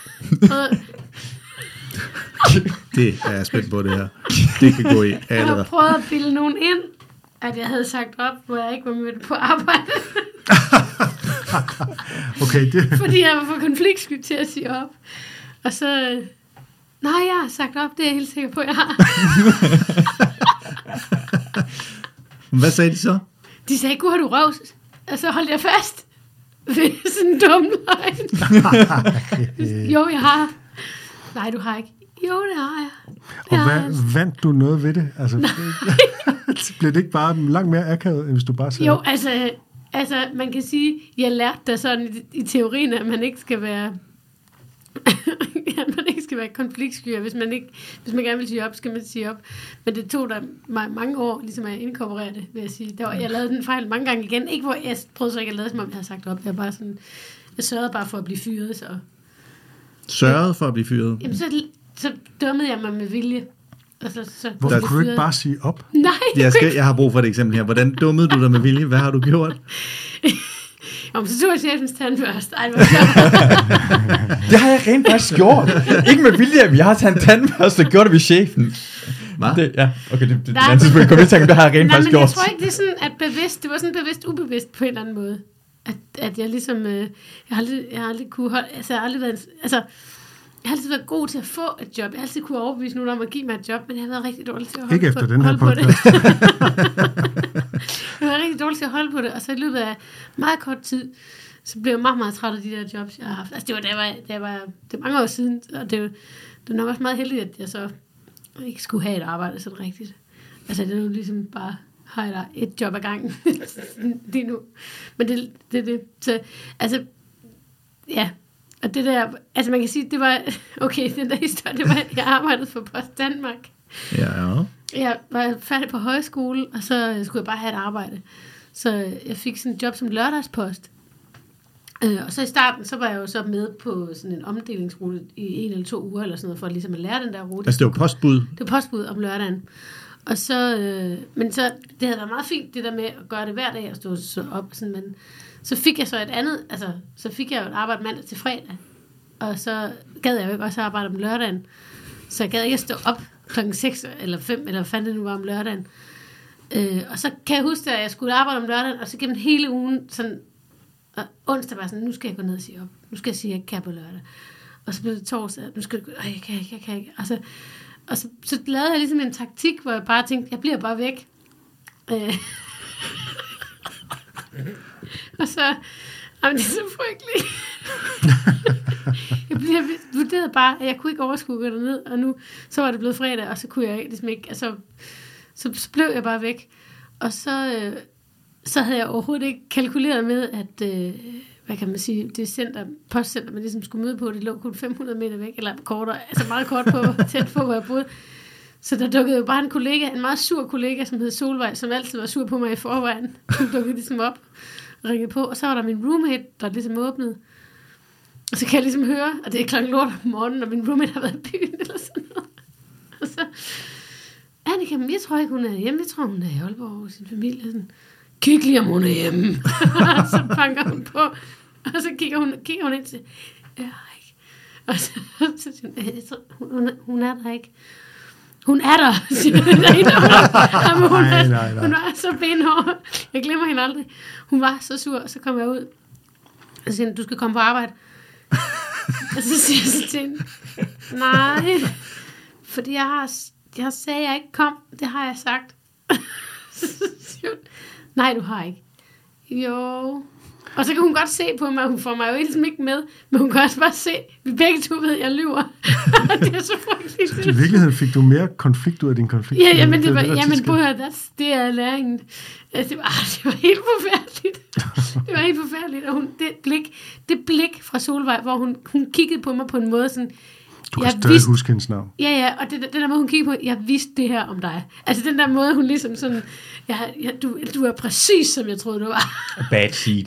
Det er jeg spændt på, det her. Det kan gå i jeg allerede. har prøvet at bilde nogen ind, at jeg havde sagt op, hvor jeg ikke var mødt på arbejde. Okay, det... Fordi jeg var for konfliktsky til at sige op. Og så... Nej, jeg har sagt op, det er jeg helt sikker på, jeg har. Hvad sagde de så? De sagde, gud, har du røv? Og så holdt jeg fast ved sådan en dum løgn. Jo, jeg har. Nej, du har ikke. Jo, det har jeg. Og vandt du noget ved det? Altså, blev det ikke bare langt mere akavet, end hvis du bare sagde... Jo, altså, man kan sige, jeg lærte da sådan i teorien, at man ikke skal være... man ikke skal være konfliktsky, og hvis man gerne vil sige op, skal man sige op. Men det tog der mig mange år, ligesom at inkorporere det, vil jeg sige. Jeg lavede den fejl mange gange igen. Ikke hvor jeg prøvede så ikke at lade, som om jeg havde sagt op. Jeg sørgede bare for at blive fyret. Så. Sørgede for at blive fyret? Jamen, så dummede jeg mig med vilje. Hvorfor kunne du ikke bare sige op? Nej. Jeg har brug for et eksempel her. Hvordan dummede du dig med vilje? Hvad har du gjort? Om så tog jeg chefens tandbørste. Det har jeg rent faktisk gjort. Ikke med vilje, men jeg har taget en tandbørste og gjort det ved chefen. Hvad? Det, ja, okay, det er en tidspunkt, det har jeg rent faktisk gjort. Jeg tror ikke, det er sådan, at bevidst, det var sådan bevidst, ubevidst på en eller anden måde. At jeg ligesom, jeg har aldrig kunne holde, altså jeg har aldrig været, jeg har altid været god til at få et job. Jeg har altid kunne overbevise nogen om at give mig et job, men jeg har været rigtig dårlig til at holde på det. Ikke efter den her podcast. Jeg har været rigtig dårlig til at holde på det, og så i løbet af meget kort tid, så blev jeg meget, meget træt af de der jobs, jeg har haft. Altså det er mange år siden, og det er nok også meget heldigt, at jeg så ikke skulle have et arbejde sådan rigtigt. Altså det er jo ligesom bare har et job ad gangen lige nu. Men det. Så altså, ja. Og det der, altså man kan sige, det var, okay, den der historie, det var, at jeg arbejdede for Post Danmark. Ja. Jeg var færdig på højskole, og så skulle jeg bare have et arbejde. Så jeg fik sådan et job som lørdagspost. Og så i starten, så var jeg jo så med på sådan en omdelingsrute i 1 eller 2 uger, eller sådan noget, for ligesom at lære den der rute. Altså det var postbud? Det var postbud om lørdagen. Og så, men så, det havde været meget fint, det der med at gøre det hver dag, og stå så op, sådan, men så fik jeg så et andet, altså, så fik jeg jo et arbejde mandag til fredag, og så gad jeg jo ikke også arbejde om lørdagen, så jeg gad ikke at stå op klokken 6 eller 5, eller hvad fanden det nu var om lørdagen. Og så kan jeg huske, at jeg skulle arbejde om lørdagen, og så gennem hele ugen, sådan, og onsdag var sådan, nu skal jeg gå ned og sige op, nu skal jeg sige, at jeg ikke kan på lørdag. Og så blev det torsdag, nu skal jeg gå, jeg kan ikke, og så lavede jeg ligesom en taktik, hvor jeg bare tænkte, jeg bliver bare væk. Og så, jamen det er så frygteligt. Jeg vurderede bare, at jeg kunne ikke overskue gå derned, og nu, så var det blevet fredag, og så kunne jeg ligesom ikke, altså, så blev jeg bare væk. Og så havde jeg overhovedet ikke kalkuleret med, at, hvad kan man sige, det postcenter, man ligesom skulle møde på, det lå kun 500 meter væk, eller kortere, altså meget kort på, tæt på, hvor jeg boede. Så der dukkede jo bare en meget sur kollega, som hed Solvej, som altid var sur på mig i forvejen. Hun dukkede ligesom op og ringede på, og så var der min roommate, der ligesom åbnede. Og så kan jeg ligesom høre, og det er klokken lort om morgenen, og min roommate har været i byen, eller sådan noget. Og så, Annika, men jeg tror ikke, hun er hjemme. Jeg tror, hun er i Aalborg hos sin familie. Sådan, kig lige, om hun er hjemme. Og så banker hun på, og så kigger hun ind til, ikke. Og så siger hun er der ikke. Hun er der, siger hun var så benhård. Jeg glemmer hende aldrig. Hun var så sur, og så kom jeg ud. Og så siger du skal komme på arbejde. Og så siger jeg så til hende, nej, fordi jeg sagde, at jeg ikke kom. Det har jeg sagt. Så siger hun, nej, du har ikke. Jo. Og så kan hun godt se på mig, hun får mig jo ligesom ikke med, men hun kan også bare se, vi begge to ved, jeg lyver. Det er så frygteligt. I virkeligheden fik du mere konflikt ud af din konflikt. Ja, men det var, det er læringen. Altså, det var helt forfærdeligt. Det var helt forfærdeligt. Og det blik fra Solvej, hvor hun kiggede på mig på en måde sådan, du kan stadig huske hendes navn. Ja, og den der måde, hun kiggede på, jeg vidste det her om dig. Altså den der måde, hun ligesom sådan, du er præcis, som jeg troede, du var. Bad seed.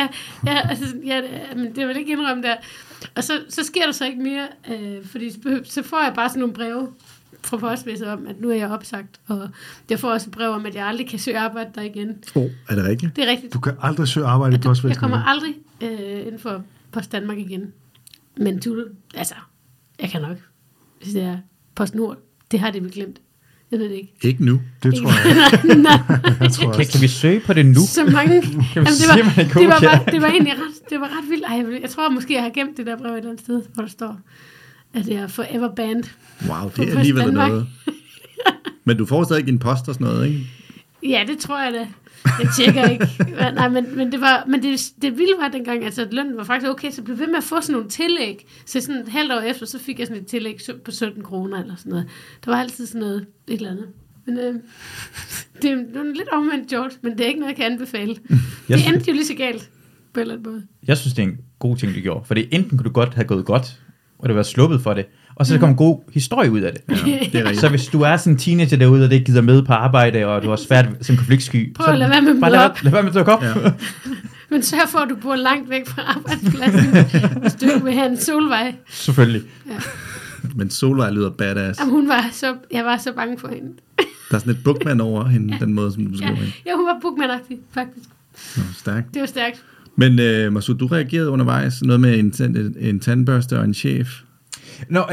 Men det vil ikke indrømme der. Og så sker der så ikke mere, fordi så får jeg bare sådan nogle breve fra postvæsenet om, at nu er jeg opsagt, og jeg får også brev om, at jeg aldrig kan søge arbejde der igen. Er det rigtigt? Det er rigtigt. Du kan aldrig søge arbejde i postvæsenet? Jeg kommer aldrig inden for Post Danmark igen. Men jeg kan nok, hvis det er PostNord. Det har det vi glemt. Jeg ved det ikke. Ikke nu. Det tror jeg. Nej. Kan vi søge på det nu? Så mange. Det var egentlig ret vildt. Jeg tror måske, jeg har gemt det der brev et eller andet sted, hvor der står, at jeg er forever banned. Wow, det er alligevel noget. Men du får stadig en post og sådan noget, ikke? Ja, det tror jeg da. Jeg tjekker ikke. Nej, men det vilde var dengang, altså at lønnen var faktisk okay, så blev ved med at få sådan nogle tillæg. Så sådan et halvt år efter, så fik jeg sådan et tillæg på 17 kroner eller sådan noget. Der var altid sådan noget, et eller andet. Men det er lidt omvendt, George, men det er ikke noget, jeg kan anbefale. Det endte jo lige så galt, på en eller anden måde. Jeg synes, det er en god ting, du gjorde. For enten kunne du godt have gået godt, og det var sluppet for det, og så der kom en god historie ud af det. Ja, det er så hvis du er sådan en teenager derude, og det ikke gider med på arbejde, og du har svært som konfliktsky, prøv at lade være med at bare lad være med at dukke op. Ja. Men sørg for, at du bor langt væk fra arbejdspladsen, hvis du ikke vil have en Solvej. Selvfølgelig. Ja. Men Solvej lyder badass. Jamen, jeg var så bange for hende. Der er sådan et bookman over hende, den måde, som du beskriver hende. Ja, hun var bookman-agtig, faktisk. Stærkt. Det var stærkt. Men Masud, du reagerede undervejs noget med en tandbørste og en chef. Nå,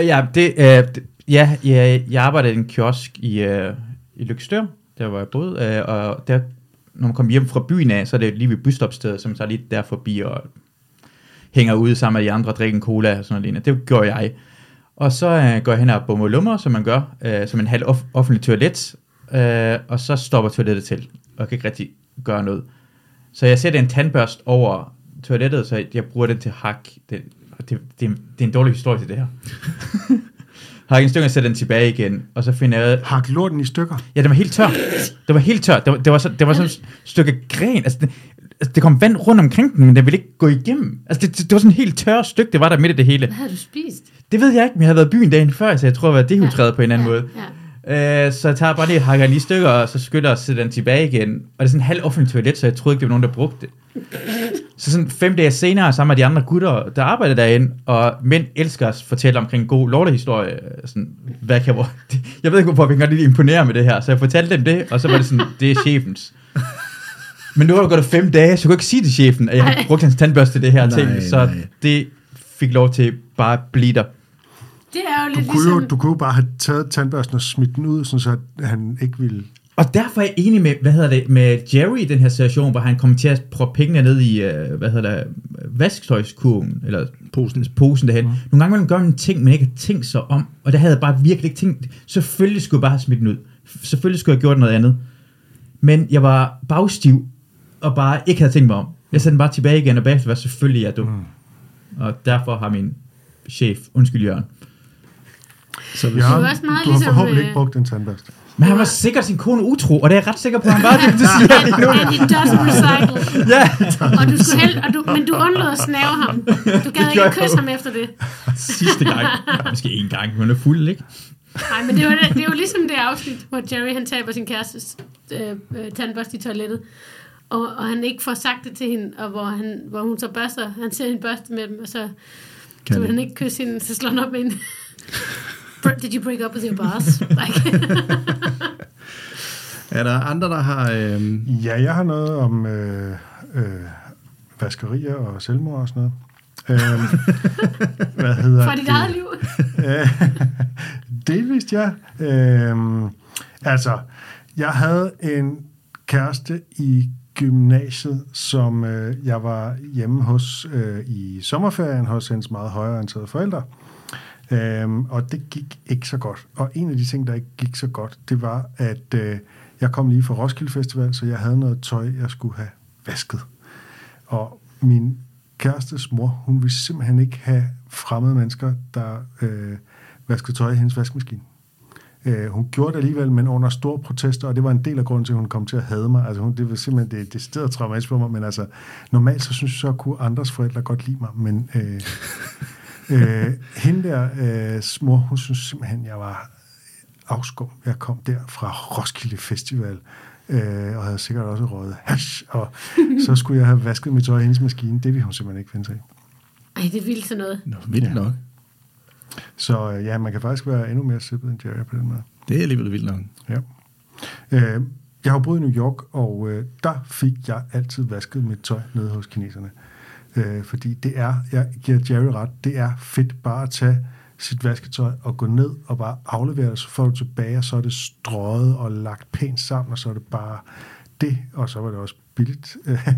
jeg arbejdede i en kiosk i Løgstør, der var jeg boede, og der, når man kom hjem fra byen af, så er det lige ved busstopstedet, som tager lige der forbi og hænger ude sammen med de andre og drikker en cola og sådan noget. Det gjorde jeg. Og så går jeg hen og bommer lummer, som man gør, som en halv offentlig toilet, og så stopper toilettet til, og jeg kan ikke rigtig gøre noget. Så jeg sætter en tandbørst over toilettet, så jeg bruger den til hak. Det er en dårlig historie til det her. Hak en stykke og sætter den tilbage igen, og så finder jeg... Hak lorten i stykker? Ja, det var helt tør. Det var helt tør. Det var sådan et stykke gren. Altså, det kom vand rundt omkring den, men den ville ikke gå igennem. Altså, det var sådan et helt tør stykke, det var der midt i det hele. Hvad havde du spist? Det ved jeg ikke, men jeg havde været i byen dagen før, så jeg tror, jeg var dehydreret på en anden måde. Ja. Så jeg tager bare lige hakker lige stykker, og så skynder jeg og sætter den tilbage igen. Og det er sådan en halv offentlig toilet, så jeg troede ikke, det var nogen, der brugte det. Så sådan 5 dage senere, sammen med de andre gutter, der arbejder derinde, og mænd elsker at fortælle omkring en god lortehistorie. Sådan, jeg ved ikke, hvorfor vi kan godt lige imponere med det her, så jeg fortalte dem det, og så var det sådan, det er chefens. Men nu har det gået 5 dage, så jeg kunne ikke sige til chefen, at jeg har brugt hans tandbørste til det her ting, så det fik lov til bare at blive der. Det er jo lidt ligesom... Du kunne jo bare have taget tandbørsten og smidt den ud, så han ikke ville... Og derfor er jeg enig med, med Jerry i den her situation, hvor han kommer til at proppe pengene ned i, vasketøjskurven, eller posen derhen. Nogle gange man gør en ting, man ikke har tænkt sig om, og det havde jeg bare virkelig ikke tænkt. Selvfølgelig skulle jeg bare have smidt den ud. Selvfølgelig skulle jeg have gjort noget andet. Men jeg var bagstiv, og bare ikke havde tænkt mig om. Jeg satte den bare tilbage igen, og bagefter var selvfølgelig jeg dum. Og derfor har min chef, undskyld Jørgen. Så du har forhåbentlig ikke brugt en tandbørste. Men han var sikkert sin kone utro, og det er jeg ret sikker på, at han var det siger jeg lige nu. And he doesn't recycle. Ja. Og du skulle men du undlod at snave ham. Du gad ikke kysse ham efter det. Sidste gang. Måske en gang, hun er fuld, ikke? Nej, men det er jo ligesom det afsnit, hvor Jerry han taber sin kærestes tandbørste i toilettet. Og han ikke får sagt det til hende, og hvor hun så børster, han ser hende børste med dem, og så vil han ikke kysse hende, så slår han op med hende. Did you break up with your boss? Er der andre, der har... Ja, jeg har noget om vaskerier og selvmord og sådan noget. Hvad hedder fra dit eget liv? Delvist, ja. Altså, jeg havde en kæreste i gymnasiet, som jeg var hjemme hos i sommerferien hos hendes meget højreorienterede forældre. Og det gik ikke så godt. Og en af de ting, der ikke gik så godt, det var, at jeg kom lige fra Roskilde Festival, så jeg havde noget tøj, jeg skulle have vasket. Og min kærestes mor, hun ville simpelthen ikke have fremmede mennesker, der vaskede tøj i hendes vaskemaskine. Hun gjorde det alligevel, men under store protester, og det var en del af grunden til, at hun kom til at hade mig. Altså, det var simpelthen det stedet traumatisk for mig, men altså, normalt så synes jeg, så kunne andres forældre godt lide mig, men hende der mor, hun synes simpelthen, jeg var afskum. Jeg kom der fra Roskilde Festival, og havde sikkert også røget hash, og så skulle jeg have vasket mit tøj i hendes maskine. Det ville hun simpelthen ikke finde sig i. Ej, det er vildt sådan noget. Nå, vildt nok. Så ja, man kan faktisk være endnu mere sippet end Jerry på den måde. Det er alligevel vildt nok. Ja. Jeg har boet i New York, og der fik jeg altid vasket mit tøj nede hos kineserne. Fordi det er, jeg giver Jerry ret, det er fedt bare at tage sit vasketøj og gå ned og bare aflevere det, så får du tilbage, og så er det strøget og lagt pænt sammen, og så er det bare det, og så var det også billigt.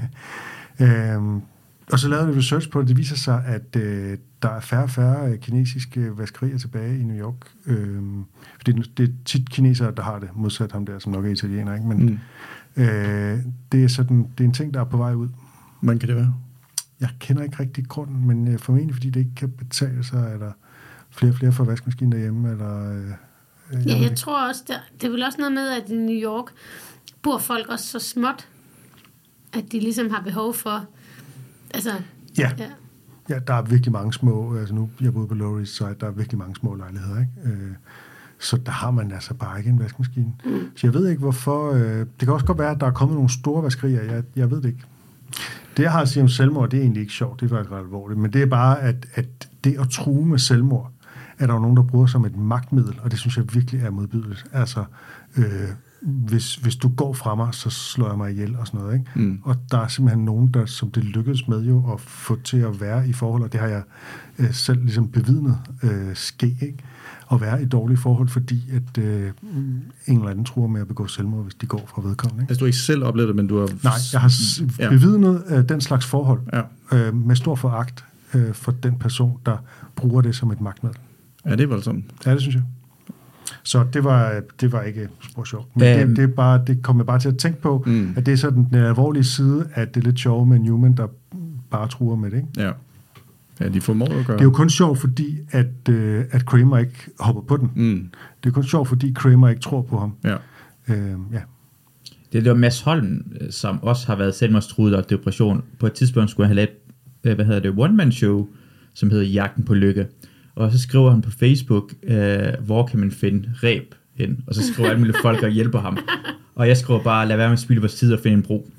Og så lavede jeg research på det. Det viser sig, at der er færre og færre kinesiske vaskerier tilbage i New York. Fordi det er tit kinesere, der har det, modsat ham der, som nok er italiener. Ikke? Men det er sådan, det er en ting, der er på vej ud. Hvordan kan det være? Jeg kender ikke rigtig grunden, men formentlig fordi det ikke kan betale sig, eller flere og flere får vaskemaskinen derhjemme, eller... jeg tror også, det er vel også noget med, at i New York bor folk også så småt, at de ligesom har behov for... Altså, ja, der er virkelig mange små... Altså nu, jeg boede på Lower East Side, der er virkelig mange små lejligheder, ikke? Så der har man altså bare ikke en vaskemaskine. Så jeg ved ikke, hvorfor... det kan også godt være, at der er kommet nogle store vaskerier. Jeg ved det ikke. Det, jeg har at sige om selvmord, det er egentlig ikke sjovt. Det er faktisk ret alvorligt. Men det er bare, at det at true med selvmord, er der jo nogen, der bruger som et magtmiddel, og det synes jeg virkelig er modbydeligt. Altså, hvis du går fra mig, så slår jeg mig ihjel og sådan noget, ikke? Og der er simpelthen nogen, der, som det lykkedes med jo at få til at være i forhold, og det har jeg selv ligesom bevidnet ske, ikke? At være i dårlige forhold, fordi at en eller anden truer med at begå selvmord, hvis de går fra vedkommende. Altså du har ikke selv oplevet det, men du har... Nej, jeg har bevidnet den slags forhold med stor foragt for den person, der bruger det som et magtmiddel. Ja, det er voldsomt. Ja, det synes jeg. Så det var ikke spor sjovt. Men det kom jeg bare til at tænke på, at det er sådan den alvorlige side, at det er lidt sjovt med Newman, der bare truer med det, ikke? Ja. Ja, de formår at gøre. Det er jo kun sjovt, fordi at Kramer ikke hopper på den. Det er kun sjovt, fordi Kramer ikke tror på ham. Ja. Det var Mads Holm, som også har været selvmordstruet og depression. På et tidspunkt skulle han have lavet, one-man-show, som hedder Jagten på Lykke. Og så skriver han på Facebook, hvor kan man finde ræb hen? Og så skriver alle mulige folk og hjælper ham. Og jeg skriver bare, lad være med at spille vores tid og finde en bro.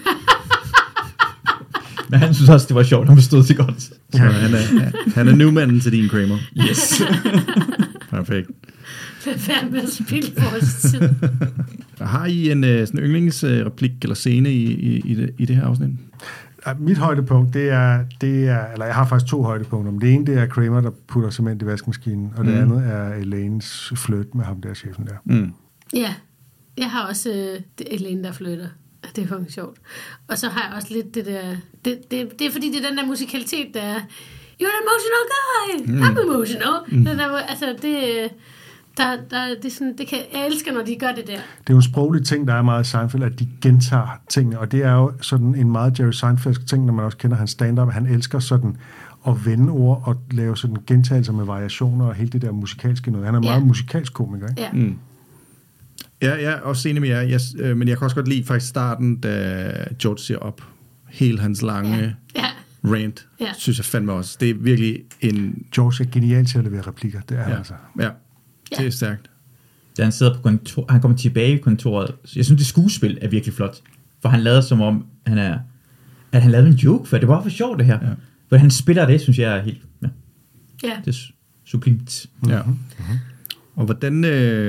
Men han synes også, det var sjovt, han forstod det godt. Så han er Newmanen til din Kramer. Yes. Perfekt. Lad være med at spille vores tid. Har I en sådan yndlingsreplik eller scene i det her afsnit? Mit højdepunkt, det er, eller jeg har faktisk 2 højdepunkter, men det ene, det er Kramer, der putter cement i vaskemaskinen, og det andet er Elaines flirt med ham der, chefen der. Ja, jeg har også Elaine, der flytter. Det er fucking sjovt. Og så har jeg også lidt det der... Det er fordi, det er den der musikalitet, der er... You're an emotional guy! I'm emotional! Den der, altså, det er sådan, jeg elsker, når de gør det der. Det er jo en sproglig ting, der er meget i Seinfeld, at de gentager tingene, og det er jo sådan en meget Jerry Seinfeldsk ting, når man også kender hans stand-up. Han elsker sådan at vende ord og lave sådan gentagelser med variationer og hele det der musikalske noget. Han er meget musikalsk komiker, ikke? Ja. Ja, jeg er også enig med jer, men jeg kan også godt lide faktisk starten, da George siger op. Hele hans lange rant, synes jeg fandme også. Det er virkelig en... George er genial til at levere replikker, det er han altså. Ja, det er stærkt. Da han sidder på kontor, han kommer tilbage i kontoret. Jeg synes, det skuespil er virkelig flot. For han lader som om, at han lavede en joke, for det var for sjovt det her. Ja. For han spiller det, synes jeg er helt... Ja. Det er sublimt. Ja. Og hvordan...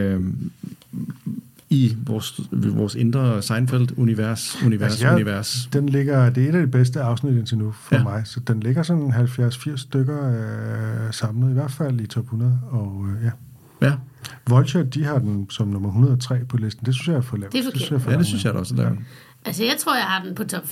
i vores indre Seinfeld-univers. Den ligger, det er et af de bedste afsnit indtil nu for mig, så den ligger sådan 70-80 stykker samlet, i hvert fald i top 100, og ja. Vulture, de har den som nummer 103 på listen, det synes jeg er for lavt. Det er forkert. Det synes jeg da også er lavt. Altså, jeg tror, jeg har den på top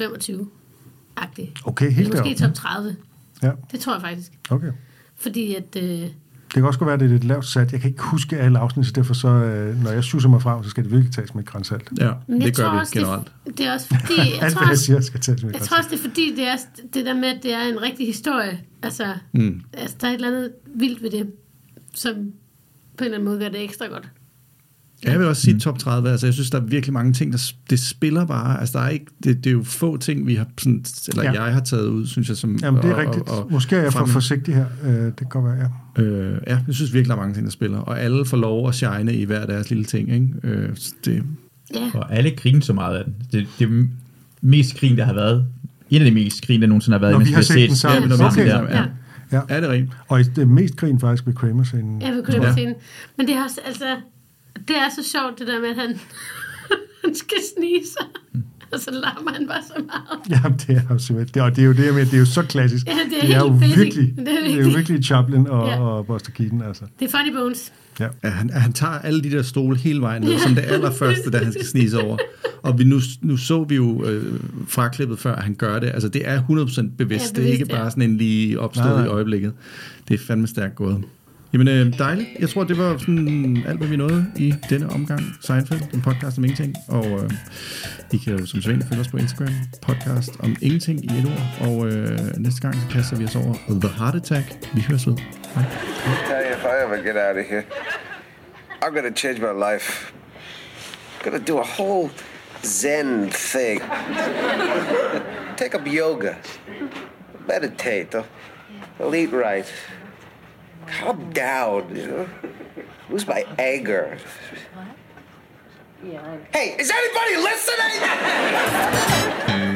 25-agtig. Okay, helt måske top 30. Ja. Det tror jeg faktisk. Okay. Fordi at... Det kan også godt være, at det er lidt lavt sat. Jeg kan ikke huske alle afsnit, så derfor så, når jeg suser mig frem, så skal det virkelig tages med grænsalt. Ja, det gør vi generelt. Det er også fordi... Alt, hvad jeg siger, skal tages med jeg tror også, det er fordi, det er det der med, at det er en rigtig historie. Altså, der er et eller andet vildt ved det, som på en eller anden måde gør det ekstra godt. Jeg vil også sige top 30. Altså, jeg synes, der er virkelig mange ting, det spiller bare. Altså, der er ikke, det er jo få ting, vi har sådan, eller jeg har taget ud, synes jeg. Som, jamen, det er rigtigt. Måske er jeg for forsigtig her. Det kan godt være, ja. Jeg synes virkelig, der er mange ting, der spiller. Og alle får lov at shine i hver deres lille ting, ikke? Og alle griner så meget af den. Det mest grin, der har været. En af de mest grin, der nogensinde har været. Når vi har set den sammen. Ja, er det rent? Og det mest grin faktisk ved Kramer-scenen. Ja, ved Kramer-scenen. Men det har altså... Det er så sjovt, det der med, at han skal snige sig, og så larmer han bare så meget. Jamen, det er jo simpelthen... Det er jo det med, det er jo så klassisk. Ja, det er jo virkelig... Det er jo virkelig Chaplin og Buster Keaton, altså. Det er Funny Bones. Ja. Han tager alle de der stole hele vejen ned, som det allerførste, da han skal snige sig over. Og nu så vi jo fraklippet før, at han gør det. Altså, det er 100% bevidst. Det er ikke bare sådan en lige opstået i øjeblikket. Det er fandme stærkt gået. Jamen, dejligt. Jeg tror, det var sådan alt, hvad vi nåede i denne omgang. Seinfeld, en podcast om ingenting. Og I kan jo som sædvanligt følge os på Instagram. Podcast om ingenting i et ord. Og næste gang, så kaster vi os over The Heart Attack. Vi høres ud. Hej. Tell you, if I ever get out of here, I'm gonna change my life. I'm gonna do a whole Zen thing. Take up yoga. Meditate. I'll eat right. Calm down, you know? Lose my anger. What? Yeah. Hey, is anybody listening?